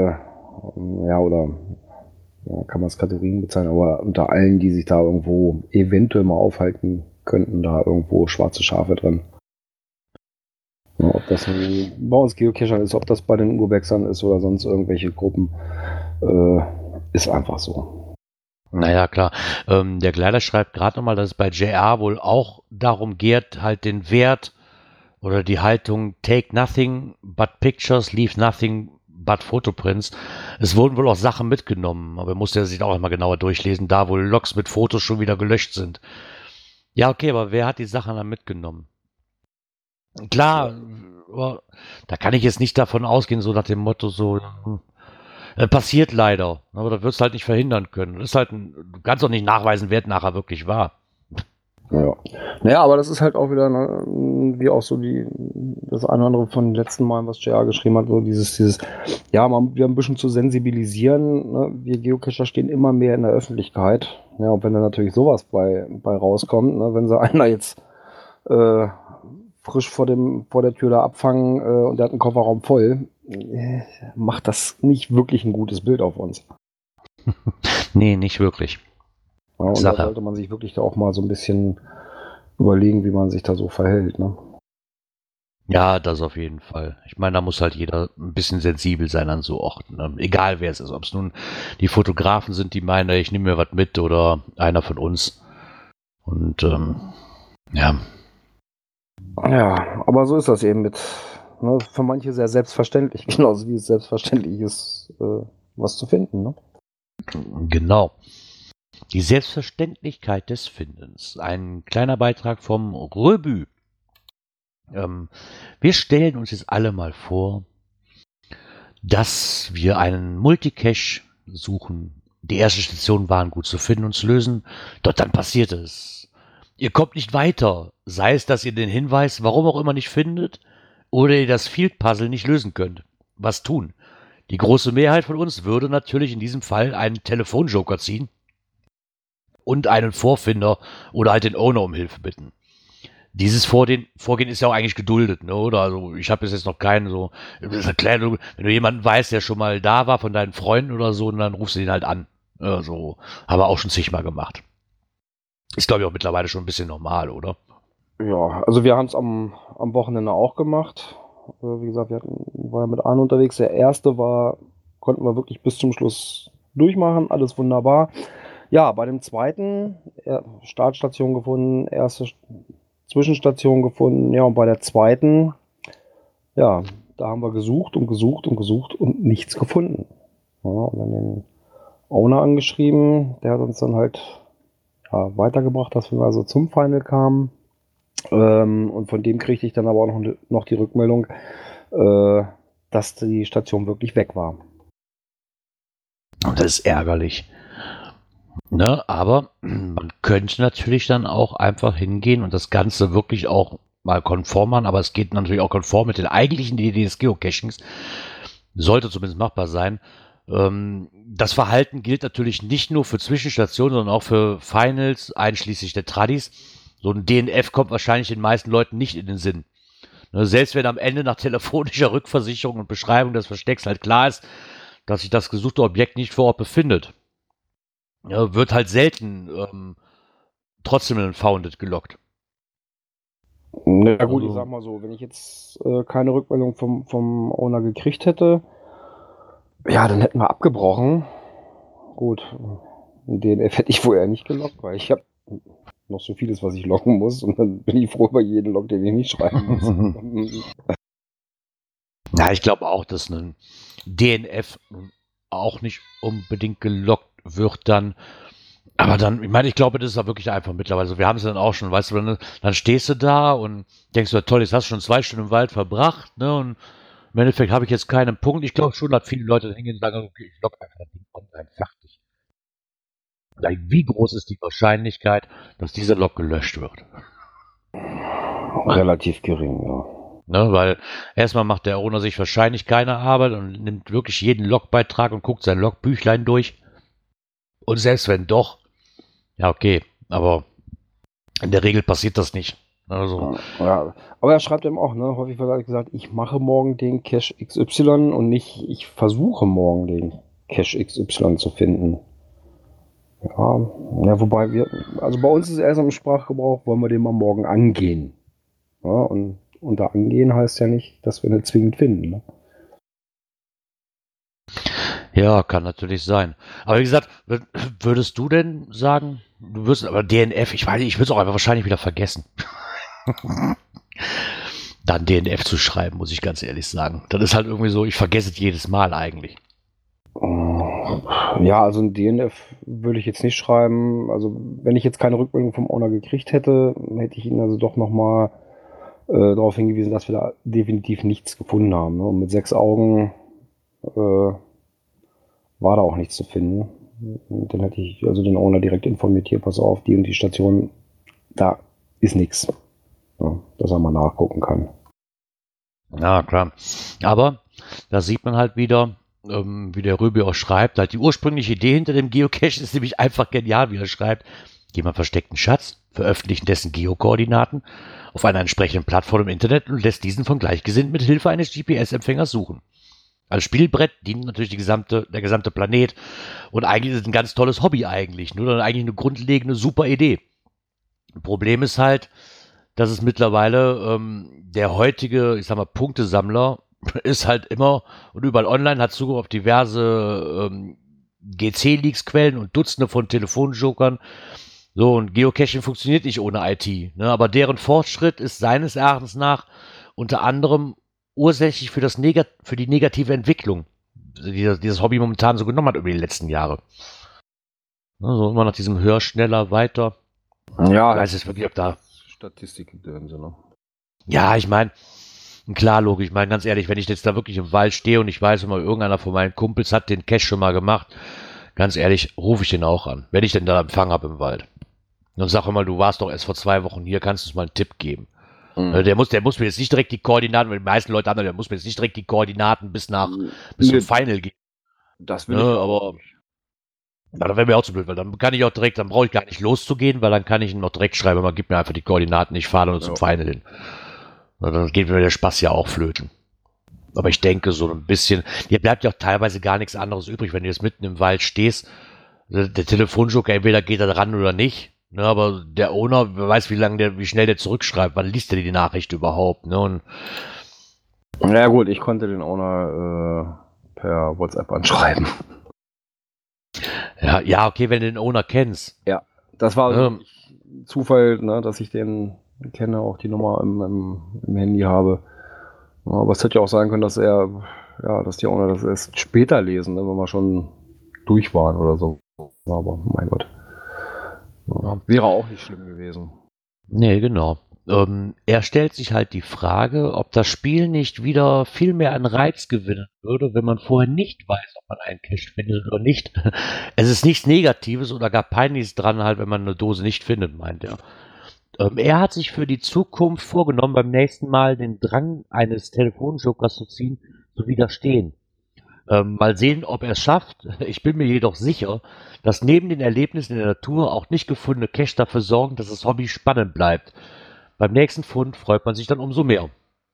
kann man es Kategorien bezeichnen, aber unter allen, die sich da irgendwo eventuell mal aufhalten könnten, da irgendwo schwarze Schafe drin. Ja, ob das bei uns Geocachern ist, ob das bei den Urbexern ist oder sonst irgendwelche Gruppen, ist einfach so. Naja, klar. Der Kleider schreibt gerade nochmal, dass es bei JR wohl auch darum geht, halt den Wert oder die Haltung take nothing but pictures, leave nothing but Photoprints. Es wurden wohl auch Sachen mitgenommen, aber er musste sich auch einmal genauer durchlesen, da wohl Logs mit Fotos schon wieder gelöscht sind. Ja, okay, aber wer hat die Sachen dann mitgenommen? Klar, aber da kann ich jetzt nicht davon ausgehen, so nach dem Motto, so passiert leider, aber das wirst du halt nicht verhindern können. Das ist halt du kannst doch nicht nachweisen, wer es nachher wirklich war. Ja. Naja, aber das ist halt auch wieder, wie auch so das eine oder andere von den letzten Mal, was JR geschrieben hat, so dieses, ja, wir ein bisschen zu sensibilisieren, ne? Wir Geocacher stehen immer mehr in der Öffentlichkeit. Ja, und wenn da natürlich sowas bei rauskommt, ne? Wenn sie einer jetzt frisch vor der Tür da abfangen und der hat einen Kofferraum voll, macht das nicht wirklich ein gutes Bild auf uns. Nee, nicht wirklich. Ja, und da sollte man sich wirklich da auch mal so ein bisschen überlegen, wie man sich da so verhält. Ne? Ja, das auf jeden Fall. Ich meine, da muss halt jeder ein bisschen sensibel sein an so Orten. Ne? Egal wer es ist. Ob es nun die Fotografen sind, die meinen, ich nehme mir was mit oder einer von uns. Und ja. Ja, aber so ist das eben mit. Ne, für manche sehr selbstverständlich, genauso wie es selbstverständlich ist, was zu finden. Ne? Genau. Die Selbstverständlichkeit des Findens. Ein kleiner Beitrag vom Röbü. Wir stellen uns jetzt alle mal vor, dass wir einen Multicache suchen. Die erste Station waren gut zu finden und zu lösen. Doch dann passiert es. Ihr kommt nicht weiter. Sei es, dass ihr den Hinweis, warum auch immer, nicht findet, oder ihr das Field-Puzzle nicht lösen könnt. Was tun? Die große Mehrheit von uns würde natürlich in diesem Fall einen Telefonjoker ziehen und einen Vorfinder oder halt den Owner um Hilfe bitten. Dieses Vorgehen ist ja auch eigentlich geduldet, ne, oder? Also ich habe jetzt noch keinen so, wenn du jemanden weißt, der schon mal da war von deinen Freunden oder so, dann rufst du den halt an. So, haben wir auch schon zigmal gemacht. Ist, glaube ich, auch mittlerweile schon ein bisschen normal, oder? Ja, also wir haben es am Wochenende auch gemacht. Wie gesagt, war ja mit Arne unterwegs. Der erste konnten wir wirklich bis zum Schluss durchmachen, alles wunderbar. Ja, bei dem zweiten Startstation gefunden, erste Zwischenstation gefunden. Ja, und bei der zweiten, ja, da haben wir gesucht und gesucht und gesucht und nichts gefunden. Ja, und dann den Owner angeschrieben, der hat uns dann halt weitergebracht, dass wir also zum Final kamen. Und von dem kriegte ich dann aber auch noch die Rückmeldung, dass die Station wirklich weg war. Das ist ärgerlich. Ne? Aber man könnte natürlich dann auch einfach hingehen und das Ganze wirklich auch mal konform machen, aber es geht natürlich auch konform mit den eigentlichen Ideen des Geocachings. Sollte zumindest machbar sein. Das Verhalten gilt natürlich nicht nur für Zwischenstationen, sondern auch für Finals, einschließlich der Tradis. So ein DNF kommt wahrscheinlich den meisten Leuten nicht in den Sinn. Ne, selbst wenn am Ende nach telefonischer Rückversicherung und Beschreibung des Verstecks halt klar ist, dass sich das gesuchte Objekt nicht vor Ort befindet, wird halt selten trotzdem in ein Founded gelockt. Na gut, ich sag mal so, wenn ich jetzt keine Rückmeldung vom Owner gekriegt hätte, ja, dann hätten wir abgebrochen. Gut, den DNF hätte ich vorher nicht gelockt, weil ich habe noch so vieles, was ich loggen muss, und dann bin ich froh über jeden Log, den ich nicht schreiben muss. Ja, ich glaube auch, dass ein DNF auch nicht unbedingt gelockt wird dann. Aber dann, ich meine, ich glaube, das ist ja wirklich einfach mittlerweile so. Wir haben es dann auch schon, weißt du, dann stehst du da und denkst du, toll, jetzt hast du schon 2 Stunden im Wald verbracht, ne, und im Endeffekt habe ich jetzt keinen Punkt. Ich glaube schon, dass viele Leute hingehen und sagen, okay, ich logge einfach das Ding online, fertig. Wie groß ist die Wahrscheinlichkeit, dass dieser Log gelöscht wird? Relativ gering, ja. Ne, weil erstmal macht der Owner sich wahrscheinlich keine Arbeit und nimmt wirklich jeden Logbeitrag und guckt sein Logbüchlein durch. Und selbst wenn doch, ja okay, aber in der Regel passiert das nicht. Also. Ja, aber er schreibt eben auch, ne, häufig wird halt gesagt, ich mache morgen den Cache XY und nicht, ich versuche morgen den Cache XY zu finden. Ja, wobei also bei uns ist es erst im Sprachgebrauch, wollen wir den mal morgen angehen. Ja, und unter angehen heißt ja nicht, dass wir ihn zwingend finden. Ne? Ja, kann natürlich sein. Aber wie gesagt, würdest du denn sagen, du wirst aber DNF, ich weiß nicht, ich würde es auch einfach wahrscheinlich wieder vergessen. Dann DNF zu schreiben, muss ich ganz ehrlich sagen. Das ist halt irgendwie so, ich vergesse es jedes Mal eigentlich. Ja, also ein DNF würde ich jetzt nicht schreiben. Also wenn ich jetzt keine Rückmeldung vom Owner gekriegt hätte, hätte ich ihn also doch nochmal darauf hingewiesen, dass wir da definitiv nichts gefunden haben. Ne? Und mit 6 Augen war da auch nichts zu finden. Und dann hätte ich also den Owner direkt informiert, hier, pass auf, die und die Station, da ist nichts. Ja, dass er mal nachgucken kann. Ja, klar. Aber da sieht man halt wieder, wie der Röbi auch schreibt, halt die ursprüngliche Idee hinter dem Geocache ist nämlich einfach genial, wie er schreibt. Jemand versteckt einen Schatz, veröffentlicht dessen Geokoordinaten auf einer entsprechenden Plattform im Internet und lässt diesen von Gleichgesinnten mit Hilfe eines GPS-Empfängers suchen. Als Spielbrett dient natürlich der gesamte Planet und eigentlich ist es ein ganz tolles Hobby eigentlich, nur dann eigentlich eine grundlegende super Idee. Problem ist halt, dass es mittlerweile der heutige, ich sag mal, Punktesammler ist halt immer und überall online, hat Zugriff auf diverse GC-Leaks-Quellen und Dutzende von Telefonjokern. So, und Geocaching funktioniert nicht ohne IT. Ne? Aber deren Fortschritt ist seines Erachtens nach unter anderem ursächlich für die negative Entwicklung, die dieses Hobby momentan so genommen hat über die letzten Jahre. Also immer nach diesem höher, schneller, weiter. Ja, ich weiß jetzt wirklich, ob da Statistiken drin sind. Ne? Ja, ich meine, klar, logisch. Ich meine, ganz ehrlich, wenn ich jetzt da wirklich im Wald stehe und ich weiß, mal irgendeiner von meinen Kumpels hat den Cache schon mal gemacht, ganz ehrlich, rufe ich den auch an, wenn ich den da Empfang habe im Wald. Und sage mal, du warst doch erst vor 2 Wochen hier, kannst du uns mal einen Tipp geben? Mhm. Der muss mir jetzt nicht direkt die Koordinaten, weil die meisten Leute haben, der muss mir jetzt nicht direkt die Koordinaten bis zum Final geben. Das will ich aber nicht. Na, dann wäre mir auch zu blöd, weil dann kann ich auch direkt, dann brauche ich gar nicht loszugehen, weil dann kann ich ihn noch direkt schreiben, man gibt mir einfach die Koordinaten, ich fahre nur zum Final hin. Na, dann geht mir der Spaß ja auch flöten. Aber ich denke, so ein bisschen, dir bleibt ja auch teilweise gar nichts anderes übrig, wenn du jetzt mitten im Wald stehst. Der Telefonjoker, entweder geht er ran oder nicht. Ne, aber der Owner, wer weiß, wie schnell der zurückschreibt, wann liest er die Nachricht überhaupt, ne? Und Ja gut, ich konnte den Owner per WhatsApp anschreiben. ja, okay, wenn du den Owner kennst. Ja, das war Ähm. Zufall, ne, dass ich den kenne, auch die Nummer im Handy habe. Ja, aber es hätte ja auch sein können, dass dass die Owner das erst später lesen, ne, wenn wir schon durch waren oder so. Aber mein Gott. Ja, wäre auch nicht schlimm gewesen. Nee, genau. Er stellt sich halt die Frage, ob das Spiel nicht wieder viel mehr an Reiz gewinnen würde, wenn man vorher nicht weiß, ob man einen Cache findet oder nicht. Es ist nichts Negatives oder gar Peinliches dran, halt, wenn man eine Dose nicht findet, meint er. Er hat sich für die Zukunft vorgenommen, beim nächsten Mal den Drang eines Telefonjokers zu ziehen, zu widerstehen. Mal sehen, ob er es schafft. Ich bin mir jedoch sicher, dass neben den Erlebnissen in der Natur auch nicht gefundene Cache dafür sorgen, dass das Hobby spannend bleibt. Beim nächsten Fund freut man sich dann umso mehr.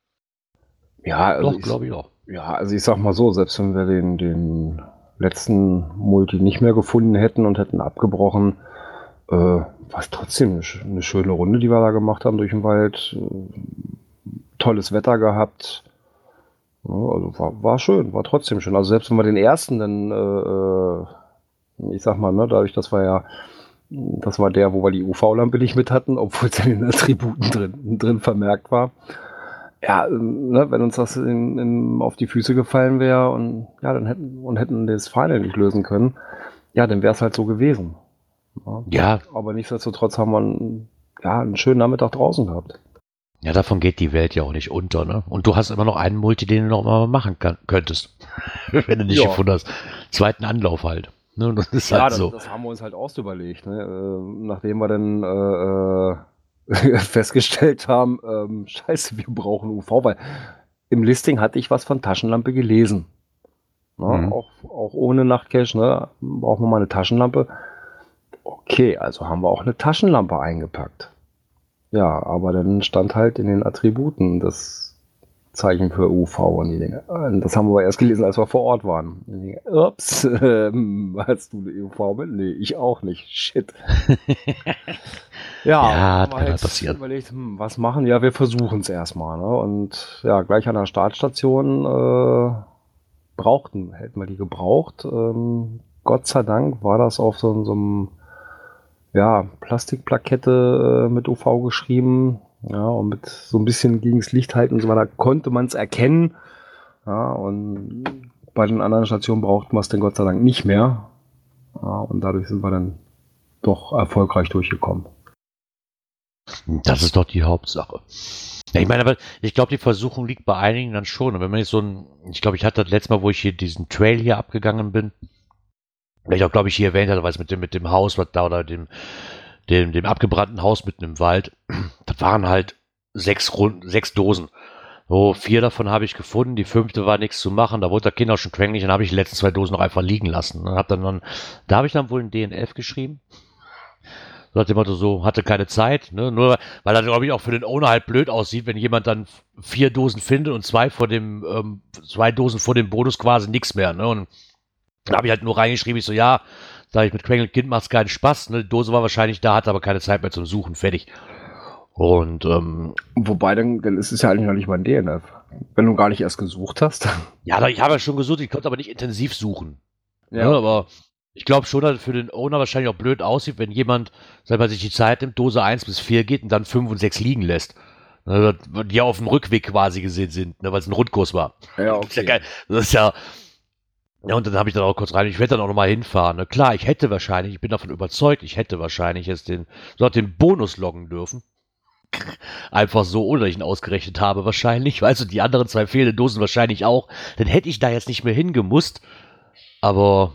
Ja, also Doch, glaube ich auch. Ja, also ich sag mal so, selbst wenn wir den letzten Multi nicht mehr gefunden hätten und hätten abgebrochen, war es trotzdem eine schöne Runde, die wir da gemacht haben durch den Wald. Tolles Wetter gehabt. Ja, also war schön, war trotzdem schön. Also selbst wenn wir den ersten dann, ich sag mal, ne, dadurch, das war der, wo wir die UV-Lampe nicht mit hatten, obwohl es in den Attributen drin vermerkt war. Ja, ne, wenn uns das auf die Füße gefallen wäre und ja, dann hätten das Final nicht lösen können, ja, dann wäre es halt so gewesen. Ja. Aber nichtsdestotrotz haben wir einen schönen Nachmittag draußen gehabt. Ja, davon geht die Welt ja auch nicht unter, ne? Und du hast immer noch einen Multi, den du noch mal machen könntest. Wenn du nicht gefunden hast. Zweiten Anlauf halt. Ne? Das ist halt so. Das haben wir uns halt ausüberlegt, ne? Nachdem wir dann festgestellt haben, scheiße, wir brauchen UV, weil im Listing hatte ich was von Taschenlampe gelesen. Ne? Auch ohne Nachtcache, ne? Brauchen wir mal eine Taschenlampe. Okay, also haben wir auch eine Taschenlampe eingepackt. Ja, aber dann stand halt in den Attributen das Zeichen für UV und die Dinge. Das haben wir erst gelesen, als wir vor Ort waren. Denke, ups, hast du eine UV mit? Nee, ich auch nicht. Shit. Ja, kann halt passieren. Überlegt, was machen? Ja, wir versuchen es erstmal. Ne? Und ja, gleich an der Startstation hätten wir die gebraucht. Gott sei Dank war das auf so einem Plastikplakette mit UV geschrieben. Ja, und mit so ein bisschen gegen das Licht halten und so weiter konnte man es erkennen. Ja, und bei den anderen Stationen brauchten wir es dann Gott sei Dank nicht mehr. Ja, und dadurch sind wir dann doch erfolgreich durchgekommen. Das ist doch die Hauptsache. Ja, ich meine, aber ich glaube, die Versuchung liegt bei einigen dann schon. Und wenn man jetzt ich glaube, ich hatte das letzte Mal, wo ich hier diesen Trail hier abgegangen bin, ich auch, glaube ich, hier erwähnt hatte, weil es mit dem Haus, was da oder dem abgebrannten Haus mitten im Wald, das waren halt 6 Dosen. So, 4 davon habe ich gefunden, die 5. war nichts zu machen, da wurde der Kind auch schon quengelig, dann habe ich die letzten 2 Dosen noch einfach liegen lassen. Da habe ich dann wohl ein DNF geschrieben. So hat jemand so, hatte keine Zeit, ne? Nur weil das, glaube ich, auch für den Owner halt blöd aussieht, wenn jemand dann 4 Dosen findet und 2 Dosen vor dem Bonus quasi nichts mehr, ne? Und da habe ich halt nur reingeschrieben, ich so, ja, sag ich, mit Quengel Kind macht's keinen Spaß, ne? Die Dose war wahrscheinlich da, hatte aber keine Zeit mehr zum Suchen, fertig. Und, wobei, dann ist es ja eigentlich noch nicht mal ein DNF. Wenn du gar nicht erst gesucht hast. Ja, ich habe ja schon gesucht, ich konnte aber nicht intensiv suchen. Ja. Ne? Aber ich glaube schon, dass es für den Owner wahrscheinlich auch blöd aussieht, wenn jemand, sag mal, sich die Zeit nimmt, Dose 1 bis 4 geht und dann 5 und 6 liegen lässt. Ne? Die ja auf dem Rückweg quasi gesehen sind, ne? Weil es ein Rundkurs war. Ja, okay. Das ist ja geil. Das ist ja. Ja, und dann habe ich dann auch kurz rein, ich werde dann auch nochmal hinfahren. Ne? Klar, ich bin davon überzeugt, ich hätte wahrscheinlich jetzt den Bonus loggen dürfen. Einfach so, ohne dass ich ihn ausgerechnet habe wahrscheinlich. Weißt du, die anderen 2 fehlenden Dosen wahrscheinlich auch. Dann hätte ich da jetzt nicht mehr hingemusst. Aber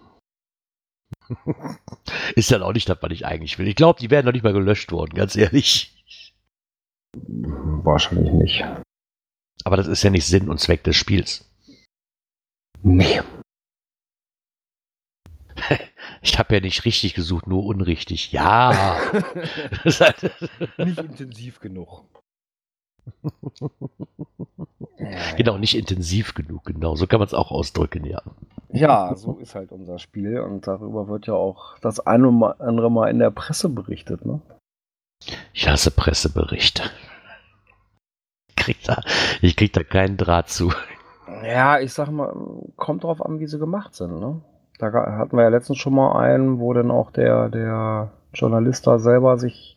ist dann auch nicht das, was ich eigentlich will. Ich glaube, die wären noch nicht mal gelöscht worden, ganz ehrlich. Wahrscheinlich nicht. Aber das ist ja nicht Sinn und Zweck des Spiels. Nee. Ich habe ja nicht richtig gesucht, nur unrichtig. Ja. Nicht intensiv genug. Genau, nicht intensiv genug, genau. So kann man es auch ausdrücken, ja. Ja, so ist halt unser Spiel und darüber wird ja auch das eine oder andere Mal in der Presse berichtet, ne? Ich hasse Presseberichte. Ich krieg da keinen Draht zu. Ja, ich sag mal, kommt drauf an, wie sie gemacht sind, ne? Da hatten wir ja letztens schon mal einen, wo dann auch der Journalist da selber sich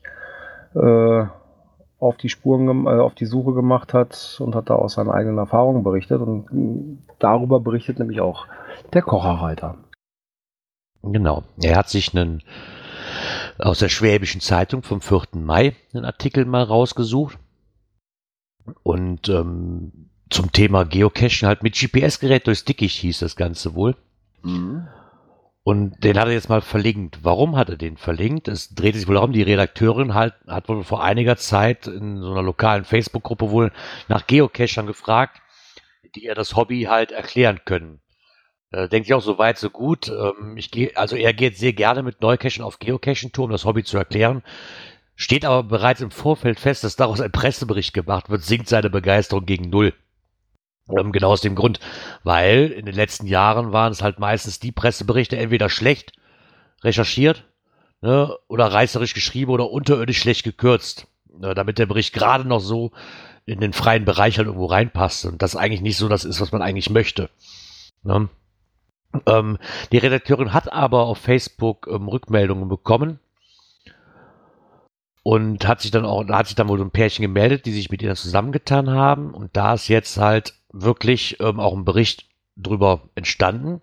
auf die auf die Suche gemacht hat und hat da aus seinen eigenen Erfahrungen berichtet. Und darüber berichtet nämlich auch der Kocherreiter. Genau. Er hat sich aus der Schwäbischen Zeitung vom 4. Mai einen Artikel mal rausgesucht. Und zum Thema Geocaching halt mit GPS-Gerät durchs Dickicht hieß das Ganze wohl. Mhm. Und den hat er jetzt mal verlinkt. Warum hat er den verlinkt? Es dreht sich wohl darum, die Redakteurin hat wohl vor einiger Zeit in so einer lokalen Facebook-Gruppe wohl nach Geocachern gefragt, die ihr das Hobby halt erklären können. Denke ich auch so weit, so gut. Er geht sehr gerne mit Neucachen auf Geocaching-Tour, um das Hobby zu erklären. Steht aber bereits im Vorfeld fest, dass daraus ein Pressebericht gemacht wird, sinkt seine Begeisterung gegen null. Genau aus dem Grund, weil in den letzten Jahren waren es halt meistens die Presseberichte entweder schlecht recherchiert, ne, oder reißerisch geschrieben oder unterirdisch schlecht gekürzt, damit der Bericht gerade noch so in den freien Bereich halt irgendwo reinpasst und das eigentlich nicht so das ist, was man eigentlich möchte. Ne? Die Redakteurin hat aber auf Facebook Rückmeldungen bekommen und hat sich dann wohl so ein Pärchen gemeldet, die sich mit ihr zusammengetan haben. Und da ist jetzt halt wirklich auch ein Bericht drüber entstanden.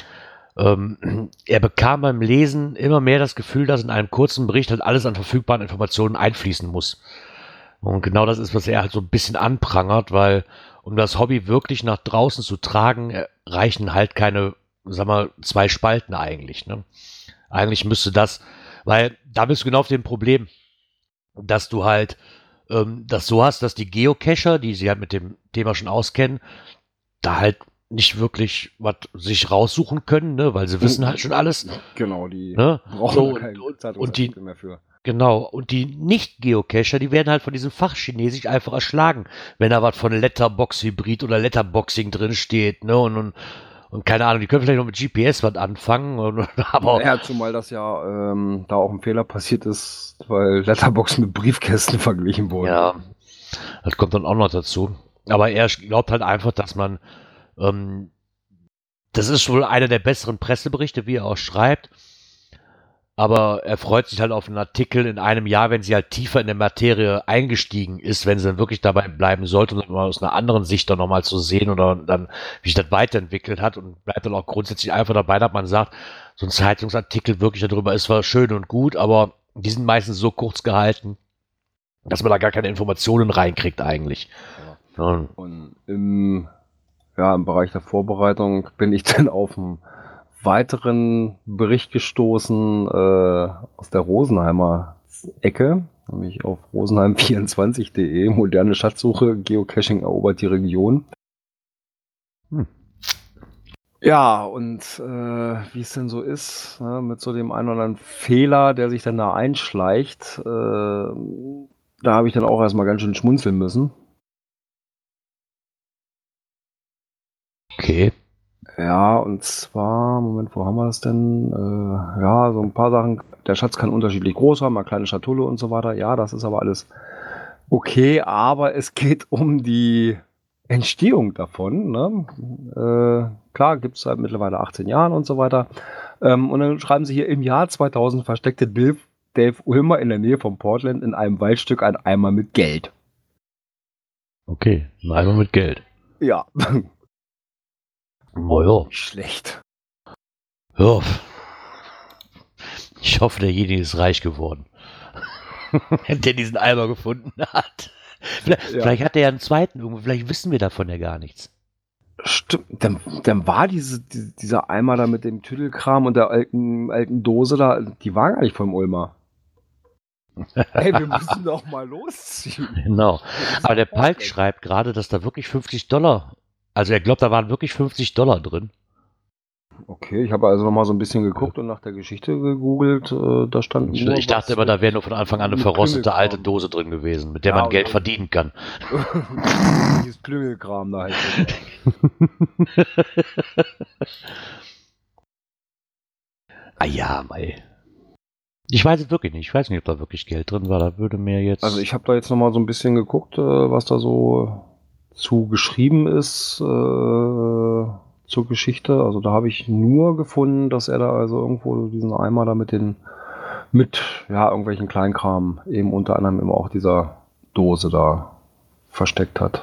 Er bekam beim Lesen immer mehr das Gefühl, dass in einem kurzen Bericht halt alles an verfügbaren Informationen einfließen muss. Und genau das ist, was er halt so ein bisschen anprangert, weil um das Hobby wirklich nach draußen zu tragen, reichen halt keine, sag mal, 2 Spalten eigentlich. Ne? Eigentlich müsste das, weil da bist du genau auf dem Problem, dass du halt das so hast, dass die Geocacher, die sich halt mit dem Thema schon auskennen, da halt nicht wirklich was sich raussuchen können, ne, weil sie wissen halt schon alles. Genau, die Ne? brauchen So, keinen und die, Zeitungsartikel mehr für. genau, und die Nicht-Geocacher, die werden halt von diesem Fachchinesisch einfach erschlagen, wenn da was von Letterbox-Hybrid oder Letterboxing drin steht, ne, und keine Ahnung, die können vielleicht noch mit GPS was anfangen, aber Ja, zumal das ja da auch ein Fehler passiert ist, weil Letterbox mit Briefkästen verglichen wurde. ja, das kommt dann auch noch dazu. Aber er glaubt halt einfach, dass man, das ist wohl einer der besseren Presseberichte, wie er auch schreibt, aber er freut sich halt auf einen Artikel in einem Jahr, wenn sie halt tiefer in der Materie eingestiegen ist, wenn sie dann wirklich dabei bleiben sollte und mal aus einer anderen Sicht dann nochmal zu sehen oder dann, wie sich das weiterentwickelt hat und bleibt dann auch grundsätzlich einfach dabei, dass man sagt, so ein Zeitungsartikel wirklich darüber ist zwar schön und gut, aber die sind meistens so kurz gehalten, dass man da gar keine Informationen reinkriegt eigentlich. Ja. Und im Bereich der Vorbereitung bin ich dann auf einen weiteren Bericht gestoßen aus der Rosenheimer Ecke, nämlich auf rosenheim24.de, moderne Schatzsuche, Geocaching erobert die Region. Ja, und wie es denn so ist, ne, mit so dem einen oder anderen Fehler, der sich dann da einschleicht, da habe ich dann auch erstmal ganz schön schmunzeln müssen. Okay. Ja, und zwar, Moment, wo haben wir das denn? Ja, so ein paar Sachen. Der Schatz kann unterschiedlich groß haben, eine kleine Schatulle und so weiter. Ja, das ist aber alles okay, aber es geht um die Entstehung davon. Ne? Klar, gibt es seit mittlerweile 18 Jahren und so weiter. Und dann schreiben sie hier, im Jahr 2000 versteckte Dave Ulmer in der Nähe von Portland in einem Waldstück einen Eimer mit Geld. Okay, ein Eimer mit Geld. Ja. Naja. Schlecht. Ja. Ich hoffe, derjenige ist reich geworden. Der diesen Eimer gefunden hat. Vielleicht hat er ja einen zweiten irgendwo, vielleicht wissen wir davon ja gar nichts. Stimmt, dann war dieser Eimer da mit dem Tüdelkram und der alten Dose da, die war gar nicht vom Ulmer. Hey, wir müssen doch mal losziehen. Genau. Aber der Palk schreibt gerade, dass da wirklich $50, also er glaubt, da waren wirklich $50 drin. Okay, ich habe also noch mal so ein bisschen geguckt und nach der Geschichte gegoogelt. Da stand nur Ich dachte immer, da wäre nur von Anfang an eine mit verrostete Klüngelkram. alte Dose drin gewesen, mit der Ja, man Geld und- verdienen kann. Dieses Klüngelkram da halt. Ah ja, mei. Ich weiß es wirklich nicht. Ich weiß nicht, ob da wirklich Geld drin war. Da würde mir jetzt... Also ich habe da jetzt noch mal so ein bisschen geguckt, was da so zu geschrieben ist zur Geschichte. Also da habe ich nur gefunden, dass er da also irgendwo diesen Eimer da mit irgendwelchen Kleinkram, eben unter anderem eben auch dieser Dose da versteckt hat.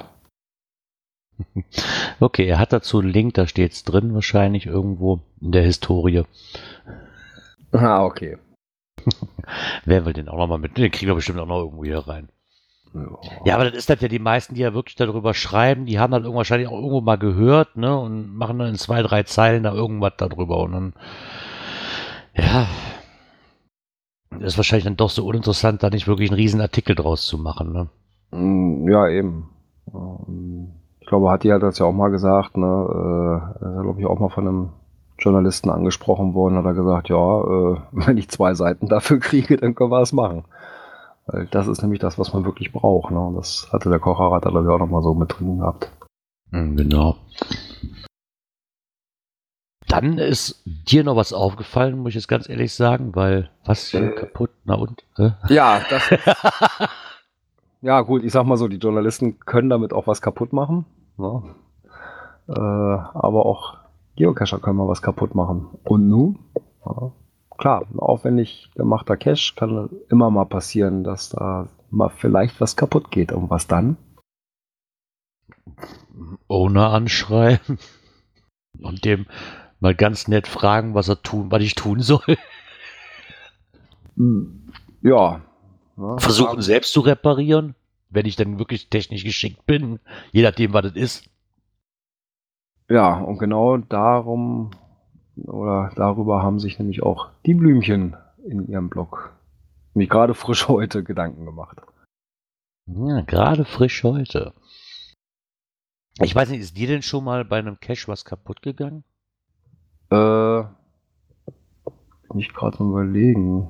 Okay, er hat dazu einen Link, da steht es drin wahrscheinlich irgendwo in der Historie. Ah, okay. Wer will den auch nochmal mit? Den kriegen wir bestimmt auch noch irgendwo hier rein. Ja. Ja, aber das ist das ja die meisten, die ja wirklich darüber schreiben, die haben das wahrscheinlich auch irgendwo mal gehört, ne, und machen dann in 2, 3 Zeilen da irgendwas darüber und dann, ja, das ist wahrscheinlich dann doch so uninteressant, da nicht wirklich einen riesen Artikel draus zu machen, ne. Ja, eben. Ich glaube, Hatti hat das ja auch mal gesagt, ne? Er ist, glaube ich, auch mal von einem Journalisten angesprochen worden, hat er gesagt, ja, wenn ich 2 Seiten dafür kriege, dann können wir es machen. Weil das ist nämlich das, was man wirklich braucht, ne? Und das hatte der Kocherrat da, glaube ich, auch noch mal so mit drin gehabt. Genau. Dann ist dir noch was aufgefallen, muss ich jetzt ganz ehrlich sagen, weil, was, hier kaputt, na und? Ja, das ist, ja gut, ich sag mal so, die Journalisten können damit auch was kaputt machen, ne? Aber auch Geocacher können mal was kaputt machen. Und nun? Ja, klar, ein aufwendig gemachter Cache kann immer mal passieren, dass da mal vielleicht was kaputt geht. Und was dann? Owner anschreiben und dem mal ganz nett fragen, was ich tun soll. Ja. Ne, Versuchen selbst zu reparieren, wenn ich dann wirklich technisch geschickt bin, je nachdem, was es ist. Ja, und genau darum oder darüber haben sich nämlich auch die Blümchen in ihrem Blog nämlich gerade frisch heute Gedanken gemacht. Ja, gerade frisch heute. Ich weiß nicht, ist dir denn schon mal bei einem Cache was kaputt gegangen? Bin ich gerade mal überlegen.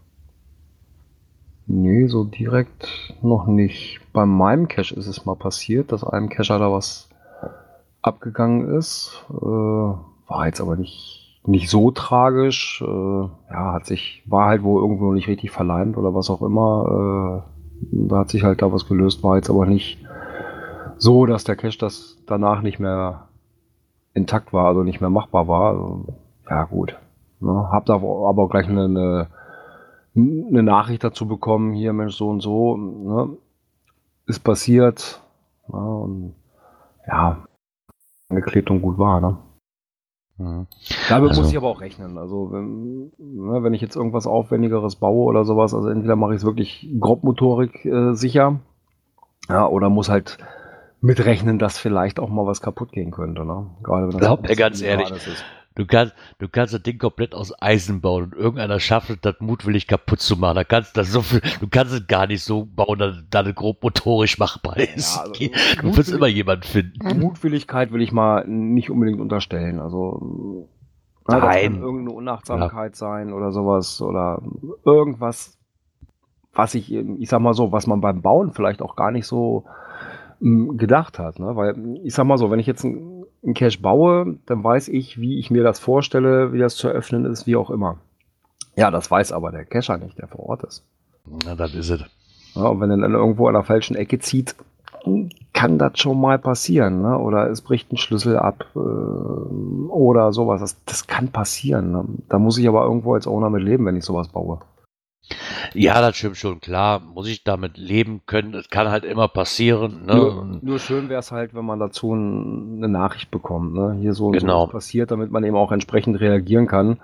Nee, so direkt noch nicht. Bei meinem Cache ist es mal passiert, dass einem Cacher da was abgegangen ist. War jetzt aber nicht so tragisch. Ja, war halt wohl irgendwo nicht richtig verleimt oder was auch immer. Da hat sich halt da was gelöst, war jetzt aber nicht so, dass der Cache das danach nicht mehr intakt war, also nicht mehr machbar war. Also, ja, gut. Ne, hab da aber gleich eine Nachricht dazu bekommen, hier, Mensch, so und so, ne, ist passiert. Ja, und ja, angeklebt und gut war, ne? Mhm. Damit Also- muss ich aber auch rechnen. Also, wenn ich jetzt irgendwas Aufwendigeres baue oder sowas, also entweder mache ich es wirklich grobmotorik sicher, ja, oder muss halt mitrechnen, dass vielleicht auch mal was kaputt gehen könnte, ne? Gerade wenn das Glaub mir alles ganz ehrlich, Gerade ist. Du kannst das Ding komplett aus Eisen bauen und irgendeiner schafft es, das mutwillig kaputt zu machen. Du kannst es gar nicht so bauen, dass es grob motorisch machbar ist. Ja, also du wirst immer jemanden finden. Mutwilligkeit will ich mal nicht unbedingt unterstellen. Also, das Nein. kann irgendeine Unachtsamkeit sein oder sowas oder irgendwas, was ich sag mal so, was man beim Bauen vielleicht auch gar nicht so gedacht hat. Ne? Weil ich sag mal so, wenn ich jetzt einen Cache baue, dann weiß ich, wie ich mir das vorstelle, wie das zu öffnen ist, wie auch immer. Ja, das weiß aber der Cacher nicht, der vor Ort ist. Na, das ist es. Ja, und wenn er dann irgendwo an der falschen Ecke zieht, kann das schon mal passieren. Ne? Oder es bricht ein Schlüssel ab oder sowas. Das kann passieren. Ne? Da muss ich aber irgendwo als Owner mit leben, wenn ich sowas baue. Ja, das stimmt schon. Klar, muss ich damit leben können. Es kann halt immer passieren. Ne? Nur schön wäre es halt, wenn man dazu eine Nachricht bekommt. Ne? Hier so und Genau. so was passiert, damit man eben auch entsprechend reagieren kann.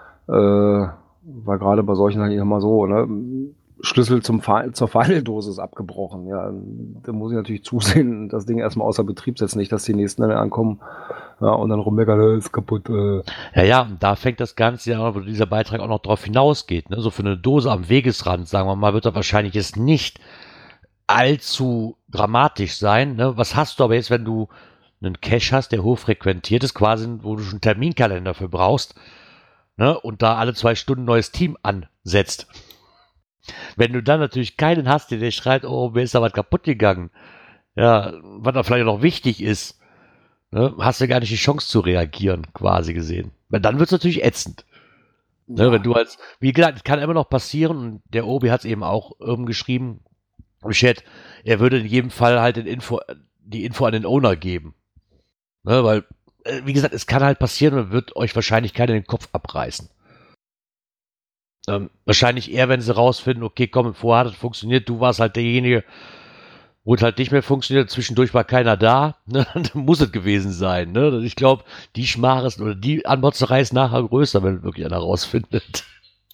Weil gerade bei solchen Sachen immer so, ne? Schlüssel zur Final-Dose ist abgebrochen. Ja, da muss ich natürlich zusehen, das Ding erstmal außer Betrieb setzen, nicht, dass die nächsten dann ankommen, ja, und dann rummeckern, ist kaputt. Ja, und da fängt das Ganze ja, wo dieser Beitrag auch noch drauf hinausgeht. Ne? So für eine Dose am Wegesrand, sagen wir mal, wird er wahrscheinlich jetzt nicht allzu dramatisch sein. Ne? Was hast du aber jetzt, wenn du einen Cache hast, der hochfrequentiert ist, quasi, wo du schon einen Terminkalender für brauchst, ne, und da alle 2 Stunden ein neues Team ansetzt. Wenn du dann natürlich keinen hast, der dir schreit, oh, mir ist da was kaputt gegangen, ja, was da vielleicht noch wichtig ist, ne, hast du gar nicht die Chance zu reagieren, quasi gesehen. Weil dann wird es natürlich ätzend. Ne, wenn du wie gesagt, kann immer noch passieren, und der Obi hat es eben auch geschrieben im Chat, er würde in jedem Fall halt die Info an den Owner geben. Ne, weil, wie gesagt, es kann halt passieren und wird euch wahrscheinlich keiner den Kopf abreißen. Wahrscheinlich eher, wenn sie rausfinden, okay, komm, vorher hat es funktioniert, du warst halt derjenige, wo es halt nicht mehr funktioniert, zwischendurch war keiner da, ne, dann muss es gewesen sein. Ne? Ich glaube, die Schmach ist, oder die Anmotzerei ist nachher größer, wenn wirklich einer rausfindet.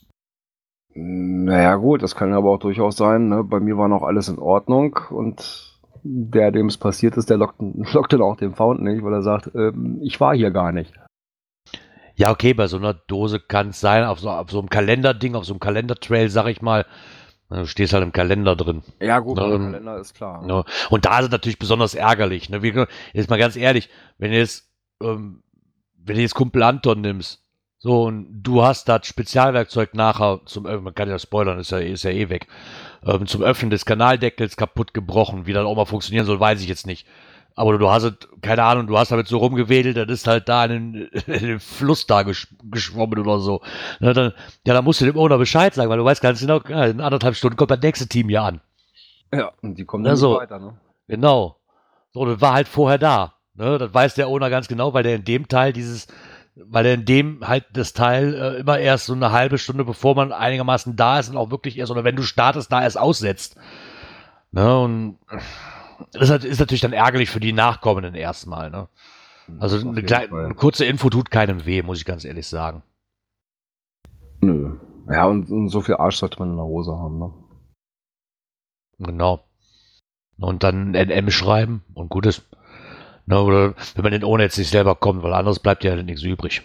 Naja gut, das kann aber auch durchaus sein. Ne? Bei mir war noch alles in Ordnung und der, dem es passiert ist, der lockt dann auch den Found nicht, weil er sagt, ich war hier gar nicht. Ja, okay, bei so einer Dose kann es sein, auf so einem Kalenderding, auf so einem Kalendertrail, sag ich mal, du stehst halt im Kalender drin. Ja gut, Ne, der Kalender ist klar. Ne? Und da ist es natürlich besonders ärgerlich. Ne? Jetzt mal ganz ehrlich, wenn du jetzt Kumpel Anton nimmst, so, und du hast das Spezialwerkzeug nachher man kann ja spoilern, ist ja eh weg, zum Öffnen des Kanaldeckels kaputt gebrochen, wie das auch mal funktionieren soll, weiß ich jetzt nicht. Aber du hast es, keine Ahnung, du hast damit so rumgewedelt, dann ist halt da in den Fluss da geschwommen oder so. Ne, dann musst du dem Owner Bescheid sagen, weil du weißt ganz genau, in 1,5 Stunden kommt das nächste Team hier an. Ja, und die kommen dann nicht weiter, ne? Genau. So, das war halt vorher da. Ne? Das weiß der Owner ganz genau, weil der in dem halt das Teil immer erst so eine halbe Stunde, bevor man einigermaßen da ist und auch wirklich erst, oder wenn du startest, da erst aussetzt. Ne? Und das ist natürlich dann ärgerlich für die Nachkommenden erstmal. Ne? Also eine kurze Info tut keinem weh, muss ich ganz ehrlich sagen. Nö. Ja, und so viel Arsch sollte man in der Hose haben, ne? Genau. Und dann NM schreiben und gut ist. Ne, oder wenn man den ohne jetzt nicht selber kommt, weil anderes bleibt ja nichts übrig.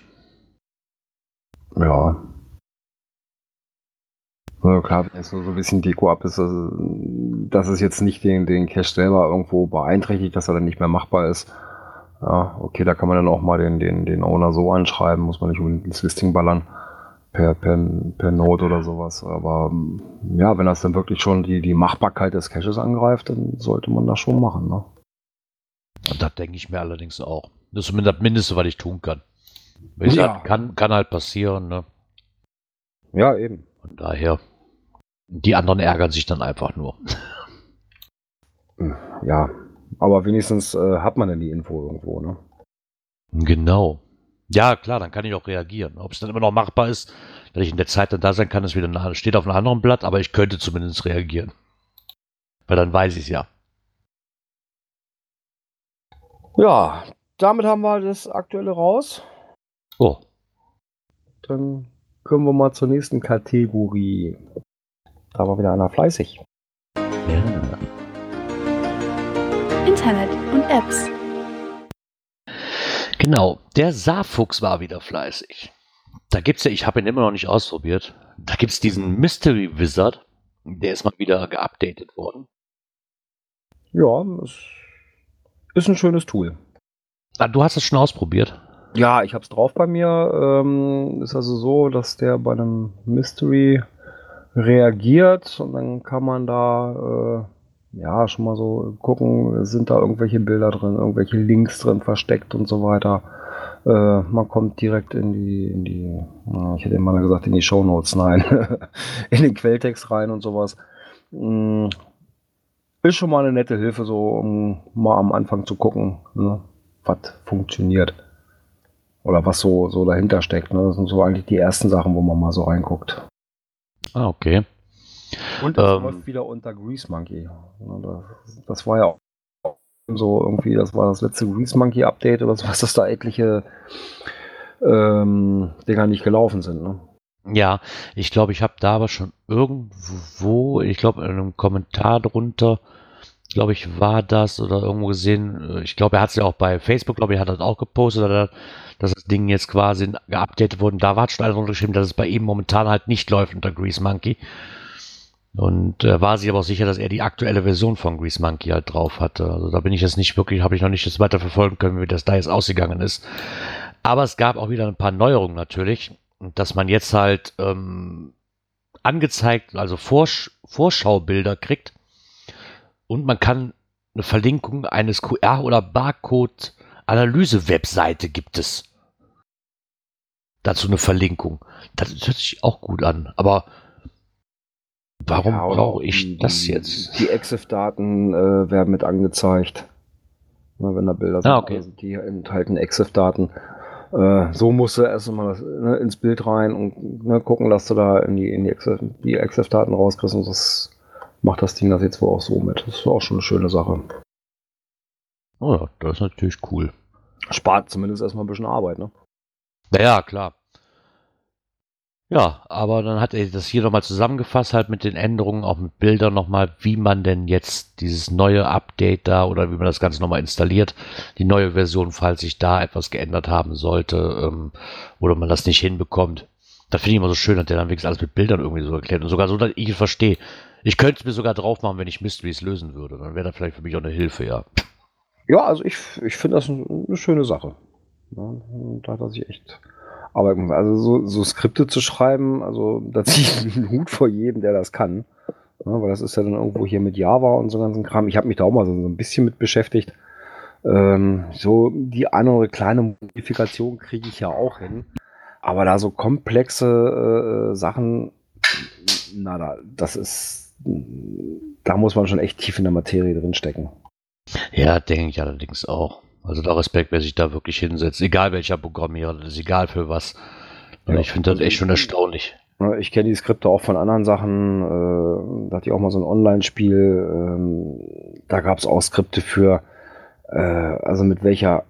Ja. Na klar, wenn es so ein bisschen Deko ab ist, dass es jetzt nicht den Cache selber irgendwo beeinträchtigt, dass er dann nicht mehr machbar ist. Ja, okay, da kann man dann auch mal den Owner so anschreiben, muss man nicht unbedingt ins Listing ballern. Per Note oder sowas. Aber ja, wenn das dann wirklich schon die Machbarkeit des Caches angreift, dann sollte man das schon machen, ne? Und das denke ich mir allerdings auch. Das ist zumindest das Mindeste, was ich tun kann. Wie gesagt, kann halt passieren, ne? Ja, eben. Von daher, die anderen ärgern sich dann einfach nur. Ja, aber wenigstens hat man dann die Info irgendwo, ne? Genau. Ja, klar, dann kann ich auch reagieren. Ob es dann immer noch machbar ist, dass ich in der Zeit dann da sein kann, ist wieder steht auf einem anderen Blatt, aber ich könnte zumindest reagieren. Weil dann weiß ich es ja. Ja, damit haben wir das Aktuelle raus. Oh. Dann können wir mal zur nächsten Kategorie. Da war wieder einer fleißig. Ja. Internet und Apps. Genau, der Saarfuchs war wieder fleißig. Da gibt's ja, ich habe ihn immer noch nicht ausprobiert, da gibt's diesen Mystery Wizard, der ist mal wieder geupdatet worden. Ja, es ist ein schönes Tool. Ah, du hast es schon ausprobiert? Ja, ich hab's drauf bei mir. Ist also so, dass der bei einem Mystery reagiert und dann kann man da ja schon mal so gucken, sind da irgendwelche Bilder drin, irgendwelche Links drin versteckt und so weiter. Man kommt direkt in die ich hätte immer gesagt in die Shownotes, nein, in den Quelltext rein und sowas. Ist schon mal eine nette Hilfe, so um mal am Anfang zu gucken, ne, was funktioniert. Oder was so dahinter steckt. Ne? Das sind so eigentlich die ersten Sachen, wo man mal so reinguckt. Ah, okay. Und es läuft wieder unter Grease Monkey. Das war ja auch so irgendwie, das war das letzte Grease Monkey Update oder so, was das da etliche Dinger nicht gelaufen sind. Ne? Ja, ich glaube, ich habe da aber schon irgendwo, ich glaube in einem Kommentar drunter, glaube ich, war das oder irgendwo gesehen, ich glaube, er hat es ja auch bei Facebook, glaube ich, hat das auch gepostet, dass das Ding jetzt quasi geupdatet wurde. Und da war schon alles drunter geschrieben, dass es bei ihm momentan halt nicht läuft unter Grease Monkey. Und war sich aber auch sicher, dass er die aktuelle Version von Grease Monkey halt drauf hatte. Also da bin ich jetzt nicht wirklich, habe ich noch nicht das weiter verfolgen können, wie das da jetzt ausgegangen ist. Aber es gab auch wieder ein paar Neuerungen natürlich, dass man jetzt halt angezeigt, also Vorschaubilder kriegt und man kann eine Verlinkung eines QR- oder Barcode-Analyse-Webseite gibt es. Dazu eine Verlinkung. Das hört sich auch gut an, aber warum brauche ich das jetzt? Die EXIF-Daten werden mit angezeigt. Na, wenn da Bilder sind, okay. also die enthalten EXIF-Daten. So musst du erst mal ins Bild rein und gucken, dass du da in die EXIF-Daten rauskriegst. Und das macht das Ding das jetzt wohl auch so mit. Das ist auch schon eine schöne Sache. Oh ja, das ist natürlich cool. Spart zumindest erstmal ein bisschen Arbeit, ne? Naja, klar. Ja, aber dann hat er das hier nochmal zusammengefasst, halt mit den Änderungen, auch mit Bildern nochmal, wie man denn jetzt dieses neue Update da oder wie man das Ganze nochmal installiert, die neue Version, falls sich da etwas geändert haben sollte oder man das nicht hinbekommt. Da finde ich immer so schön, dass der dann wenigstens alles mit Bildern irgendwie so erklärt und sogar so, dass ich es verstehe. Ich könnte es mir sogar drauf machen, wenn ich wüsste, wie ich es lösen würde. Dann wäre das vielleicht für mich auch eine Hilfe, ja. Ja, also ich finde das eine schöne Sache. Ja, da hat er sich echt Arbeit gemacht. Also so Skripte zu schreiben, also da ziehe ich einen Hut vor jedem, der das kann. Ja, weil das ist ja dann irgendwo hier mit Java und so ganzen Kram. Ich habe mich da auch mal so ein bisschen mit beschäftigt. So die eine oder kleine Modifikation kriege ich ja auch hin. Aber da so komplexe Sachen, da muss man schon echt tief in der Materie drinstecken. Ja, denke ich allerdings auch. Also da Respekt, wer sich da wirklich hinsetzt. Egal welcher Programmierer, das ist egal für was. Und Ja, ich finde das echt schon erstaunlich. Ich kenne die Skripte auch von anderen Sachen. Da hatte ich auch mal so ein Online-Spiel. Da gab es auch Skripte für, also mit welcher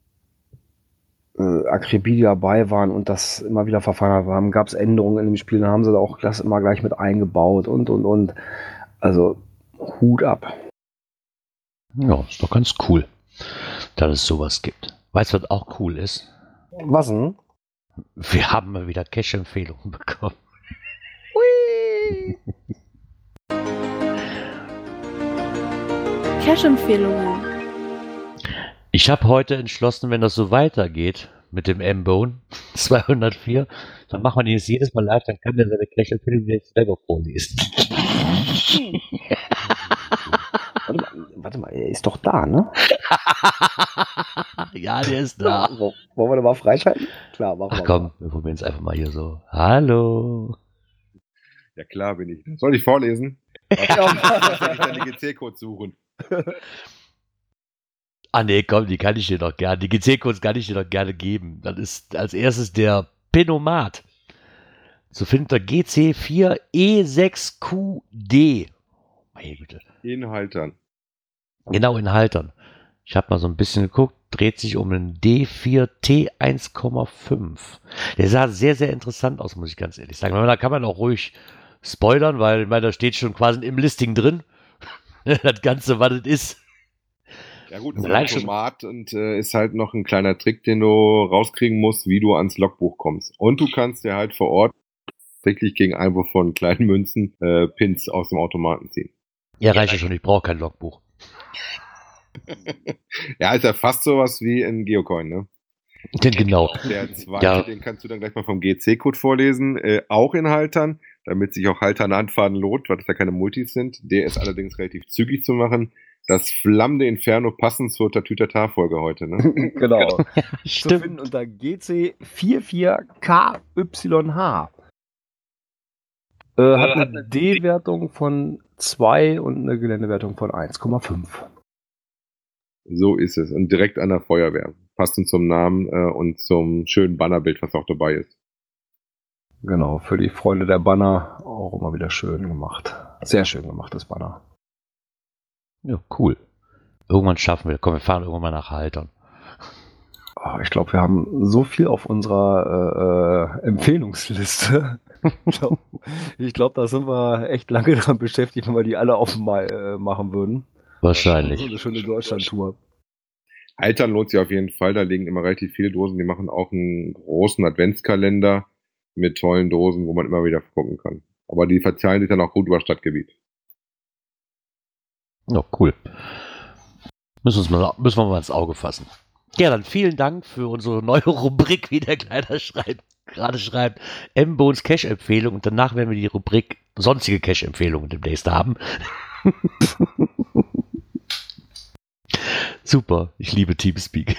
Akribie die dabei waren und das immer wieder verfeinert haben. Gab es Änderungen in dem Spiel, dann haben sie da auch das immer gleich mit eingebaut und. Also Hut ab. Ja, ist doch ganz cool, dass es sowas gibt. Weißt du, was auch cool ist? Was denn? Wir haben mal wieder Cash-Empfehlungen bekommen. Hui! Cash-Empfehlungen. Ich habe heute entschlossen, wenn das so weitergeht mit dem M-Bone 204, dann machen wir die jetzt jedes Mal live, dann kann der seine Cash-Empfehlung jetzt selber vorlesen. Warte mal, er ist doch da, ne? Ja, der ist da. Wollen wir da mal freischalten? Klar, machen wir. Ach komm, wir probieren es einfach mal hier so. Hallo. Ja klar bin ich. Soll ich vorlesen? Soll ich deine GC-Code suchen? Ah nee, komm, die kann ich dir doch gerne. Die GC-Codes kann ich dir doch gerne geben. Das ist als erstes der Pinomat. So findet er GC4E6QD. Meine Güte. In Haltern. Genau, in Haltern. Ich habe mal so ein bisschen geguckt, dreht sich um einen D4T1,5. Der sah sehr, sehr interessant aus, muss ich ganz ehrlich sagen. Da kann man auch ruhig spoilern, weil ich meine, da steht schon quasi im Listing drin. Das Ganze, was es ist. Ja gut, das ist ein Automat und ist halt noch ein kleiner Trick, den du rauskriegen musst, wie du ans Logbuch kommst. Und du kannst dir halt vor Ort wirklich gegen Einwurf von kleinen Münzen Pins aus dem Automaten ziehen. Ja, reicht ja schon, ich brauche kein Logbuch. Ja, ist ja fast sowas wie ein Geocoin, ne? Genau. Der zweite, den kannst du dann gleich mal vom GC-Code vorlesen, auch in Haltern, damit sich auch Haltern-Anfahren lohnt, weil das ja keine Multis sind. Der ist allerdings relativ zügig zu machen. Das flammende Inferno passend zur Tatütata-Folge heute, ne? Genau. Stimmt. Zu finden unter GC44KYH. Hat eine D-Wertung von 2 und eine Geländewertung von 1,5. So ist es. Und direkt an der Feuerwehr. Passend zum Namen und zum schönen Bannerbild, was auch dabei ist. Genau, für die Freunde der Banner auch immer wieder schön gemacht. Sehr schön gemacht, das Banner. Ja, cool. Irgendwann schaffen wir. Komm, wir fahren irgendwann mal nach Haltern. Ich glaube, wir haben so viel auf unserer Empfehlungsliste. Ich glaube, da sind wir echt lange dran beschäftigt, wenn wir die alle auf einmal machen würden. Wahrscheinlich. So eine schöne Deutschland-Tour. Haltern lohnt sich auf jeden Fall. Da liegen immer relativ viele Dosen. Die machen auch einen großen Adventskalender mit tollen Dosen, wo man immer wieder gucken kann. Aber die verzeihen sich dann auch gut über Stadtgebiet. Ja, cool. Müssen wir mal ins Auge fassen. Ja, dann vielen Dank für unsere neue Rubrik, wie der Kleiner gerade schreibt, M-Bones Cash-Empfehlung. Und danach werden wir die Rubrik sonstige Cash-Empfehlungen demnächst haben. Super, ich liebe Teamspeak.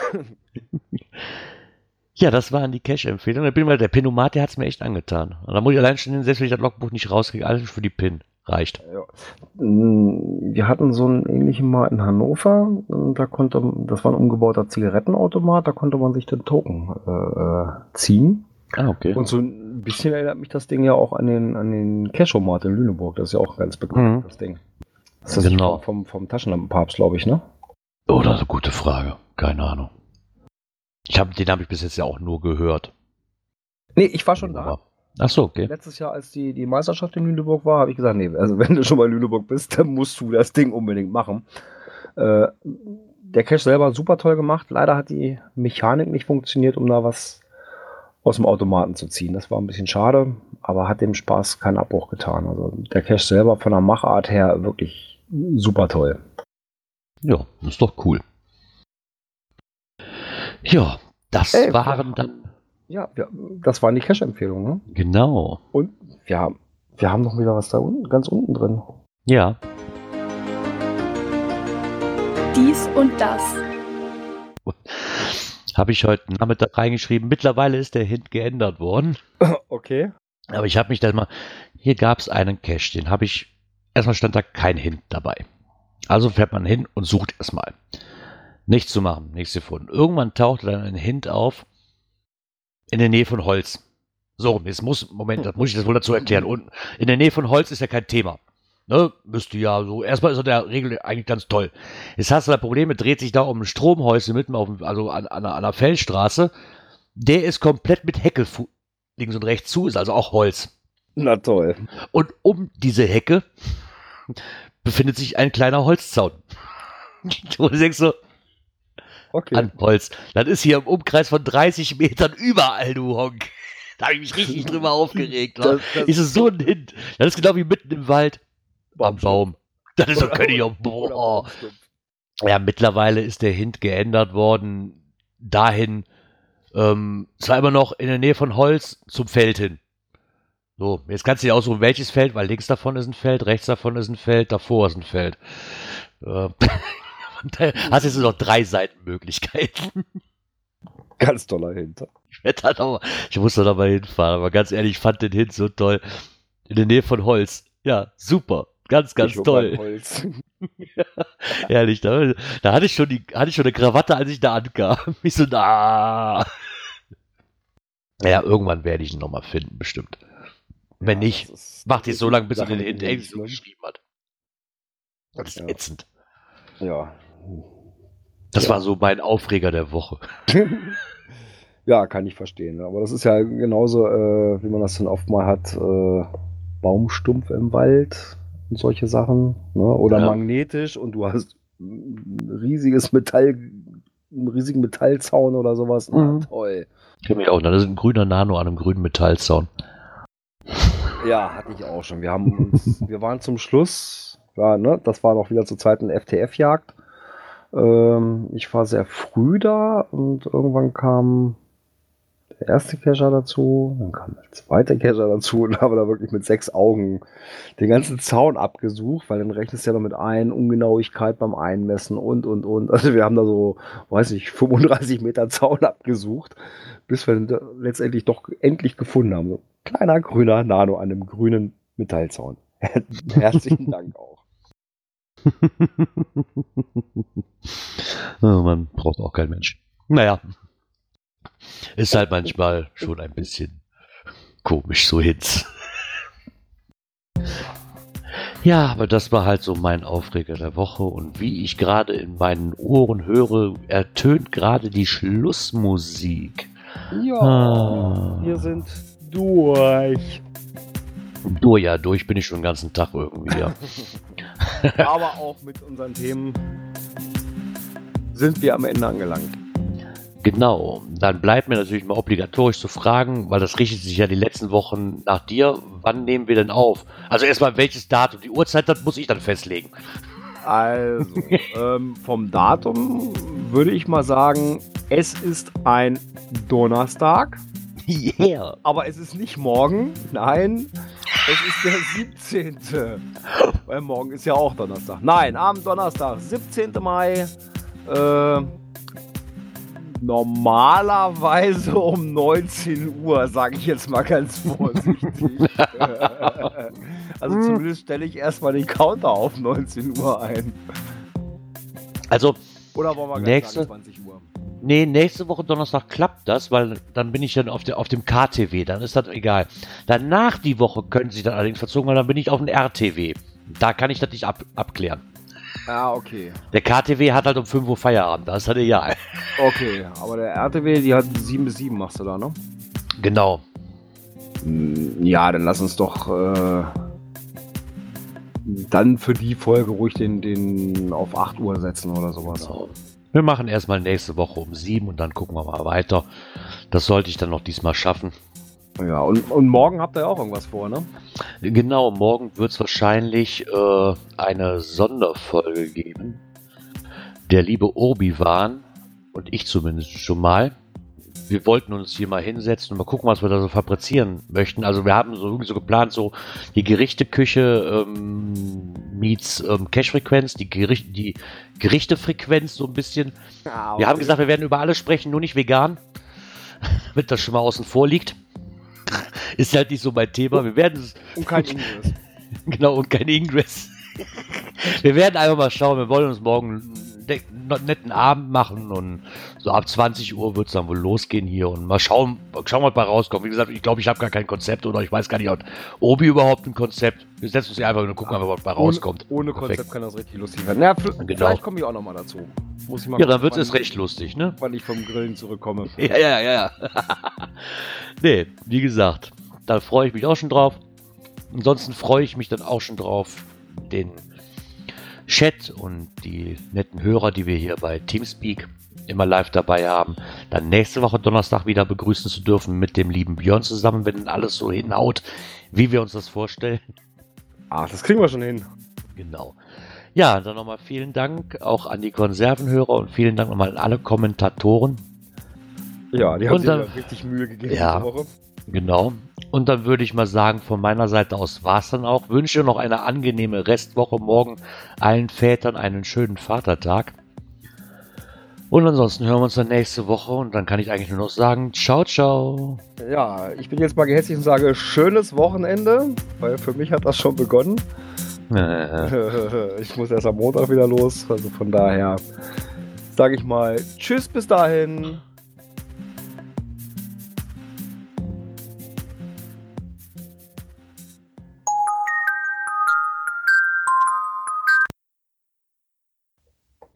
Ja, das waren die Cash-Empfehlungen. Der Pinomat, der hat es mir echt angetan. Und da muss ich allein schon, selbst wenn ich das Logbuch nicht rauskriege, alles für die Pin reicht. Ja. Wir hatten so einen ähnlichen mal in Hannover. Und das war ein umgebauter Zigarettenautomat, da konnte man sich den Token ziehen. Ah, okay. Und so ein bisschen erinnert mich das Ding ja auch an den Cashomat in Lüneburg. Das ist ja auch ganz bekannt, das Ding. Das ist genau. Vom Taschenlampenpapst, glaube ich, ne? Oh, das ist eine gute Frage. Keine Ahnung. Den habe ich bis jetzt ja auch nur gehört. Nee, ich war schon da. Ach so, okay. Letztes Jahr, als die Meisterschaft in Lüneburg war, habe ich gesagt, nee, also wenn du schon bei Lüneburg bist, dann musst du das Ding unbedingt machen. Der Cache selber super toll gemacht. Leider hat die Mechanik nicht funktioniert, um da was aus dem Automaten zu ziehen. Das war ein bisschen schade, aber hat dem Spaß keinen Abbruch getan. Also der Cache selber von der Machart her wirklich super toll. Ja, ist doch cool. Ja, das waren dann... Ja, das waren die Cache-Empfehlungen, ne? Genau. Und wir haben noch wieder was da unten, ganz unten drin. Ja. Dies und das. Habe ich heute Nachmittag reingeschrieben. Mittlerweile ist der Hint geändert worden. Okay. Aber ich habe mich dann mal... Hier gab es einen Cache, den habe ich... Erstmal stand da kein Hint dabei. Also fährt man hin und sucht erstmal. Nichts zu machen, nichts gefunden. Irgendwann tauchte dann ein Hint auf in der Nähe von Holz. So, das muss ich das wohl dazu erklären. Und in der Nähe von Holz ist ja kein Thema. Ne? Müsste ja so, erstmal ist er der Regel eigentlich ganz toll. Jetzt hast du da Probleme, dreht sich da um ein Stromhäuschen mitten an einer Feldstraße. Der ist komplett mit Hecke links und rechts zu, ist also auch Holz. Na toll. Und um diese Hecke befindet sich ein kleiner Holzzaun. Wo du denkst so, okay. An Holz. Das ist hier im Umkreis von 30 Metern überall, du Honk. Da habe ich mich richtig drüber aufgeregt. Ist es so ein Hint? Das ist genau wie mitten im Wald am Baum. Das ist so König auf. Boah. Ja, mittlerweile ist der Hint geändert worden dahin, zwar immer noch in der Nähe von Holz zum Feld hin. So, jetzt kannst du dir aussuchen, welches Feld, weil links davon ist ein Feld, rechts davon ist ein Feld, davor ist ein Feld. Hast jetzt nur noch 3 Seitenmöglichkeiten. Ganz toller Hint. Ich muss da mal hinfahren, aber ganz ehrlich, ich fand den Hint so toll. In der Nähe von Holz. Ja, super. Ganz toll. Holz. Ja, ehrlich, da hatte ich schon eine Krawatte, als ich da ankam. Ich so, Ja, irgendwann werde ich ihn nochmal finden, bestimmt. Wenn nicht, macht es so lange, bis er den Hint irgendwie geschrieben hat. Das ist ätzend. Ja. Das war so mein Aufreger der Woche. Ja, kann ich verstehen. Aber das ist ja genauso, wie man das dann oft mal hat, Baumstumpf im Wald und solche Sachen. Ne? Oder magnetisch und du hast einen riesigen Metallzaun oder sowas. Na, toll. Ich kenne mich auch. Das ist ein grüner Nano an einem grünen Metallzaun. Ja, hatte ich auch schon. Wir waren zum Schluss, das war noch wieder zur Zeit eine FTF-Jagd. Ich war sehr früh da und irgendwann kam der erste Cacher dazu, dann kam der zweite Cacher dazu und habe da wirklich mit 6 Augen den ganzen Zaun abgesucht, weil dann rechnest du ja noch mit Ungenauigkeit beim Einmessen und. Also wir haben da so, 35 Meter Zaun abgesucht, bis wir dann letztendlich doch endlich gefunden haben. So ein kleiner grüner Nano an einem grünen Metallzaun. Herzlichen Dank auch. Oh, man braucht auch kein Mensch. Naja. Ist halt manchmal schon ein bisschen komisch, so Hits. Ja, aber das war halt so mein Aufreger der Woche. Und wie ich gerade in meinen Ohren höre, ertönt gerade die Schlussmusik. Ja, wir sind durch. Durch bin ich schon den ganzen Tag irgendwie, ja. Aber auch mit unseren Themen sind wir am Ende angelangt. Genau, dann bleibt mir natürlich mal obligatorisch zu fragen, weil das richtet sich ja die letzten Wochen nach dir, wann nehmen wir denn auf? Also erstmal welches Datum, die Uhrzeit, das muss ich dann festlegen. Also, vom Datum würde ich mal sagen, es ist ein Donnerstag, Yeah. aber es ist nicht morgen, nein, es ist der 17. Weil morgen ist ja auch Donnerstag. Nein, am Donnerstag, 17. Mai, normalerweise um 19 Uhr, sage ich jetzt mal ganz vorsichtig. Also zumindest stelle ich erstmal den Counter auf 19 Uhr ein. Also, Oder wollen wir gleich sagen 20 Uhr? nee, nächste Woche Donnerstag klappt das, weil dann bin ich dann auf dem KTW, dann ist das egal. Danach die Woche können Sie dann allerdings verzogen, weil dann bin ich auf dem RTW. Da kann ich das nicht abklären. Ja, okay. Der KTW hat halt um 5 Uhr Feierabend, das ist halt egal. Okay, aber der RTW, die hat 7 bis 7 machst du da, ne? Genau. Ja, dann lass uns doch dann für die Folge ruhig den auf 8 Uhr setzen oder sowas. Genau. Wir machen erstmal nächste Woche um 7 und dann gucken wir mal weiter. Das sollte ich dann noch diesmal schaffen. Ja, und morgen habt ihr auch irgendwas vor, ne? Genau, morgen wird es wahrscheinlich eine Sonderfolge geben. Der liebe Obi-Wan und ich zumindest schon mal. Wir wollten uns hier mal hinsetzen und mal gucken, was wir da so fabrizieren möchten. Also wir haben so irgendwie so geplant, so die Gerichteküche meets Cache-Frequenz, die Gerichtefrequenz so ein bisschen. Ja, okay. Wir haben gesagt, wir werden über alles sprechen, nur nicht vegan. Damit das schon mal außen vor liegt. Ist halt nicht so mein Thema. Wir werden es. Und kein Ingress. Genau, und kein Ingress. Wir werden einfach mal schauen. Wir wollen uns morgen einen netten Abend machen und so ab 20 Uhr wird es dann wohl losgehen hier und mal schauen, was bei rauskommt. Wie gesagt, ich glaube, ich habe gar kein Konzept oder ich weiß gar nicht, hat Obi überhaupt ein Konzept. Wir setzen uns hier einfach und gucken, was bei rauskommt. Ohne Perfekt. Konzept kann das richtig lustig werden. Ja, Genau. Vielleicht komme ich auch nochmal dazu. Muss ich mal Ja, dann gucken, wird es recht lustig, ne? wann ich vom Grillen zurückkomme. Ja. Nee, wie gesagt, da freue ich mich auch schon drauf. Ansonsten freue ich mich dann auch schon drauf, den Chat und die netten Hörer, die wir hier bei Teamspeak immer live dabei haben, dann nächste Woche Donnerstag wieder begrüßen zu dürfen mit dem lieben Björn zusammen, wenn alles so hinhaut, wie wir uns das vorstellen. Ach, das kriegen wir schon hin. Genau. Ja, dann nochmal vielen Dank auch an die Konservenhörer und vielen Dank nochmal an alle Kommentatoren. Ja, die haben Und sich dann- ja richtig Mühe gegeben Ja. diese Woche. Genau. Und dann würde ich mal sagen, von meiner Seite aus war es dann auch. Wünsche noch eine angenehme Restwoche. Morgen allen Vätern einen schönen Vatertag. Und ansonsten hören wir uns dann nächste Woche und dann kann ich eigentlich nur noch sagen, ciao, ciao. Ja, ich bin jetzt mal gehässig und sage schönes Wochenende, weil für mich hat das schon begonnen. Ich muss erst am Montag wieder los, also von daher sage ich mal tschüss bis dahin.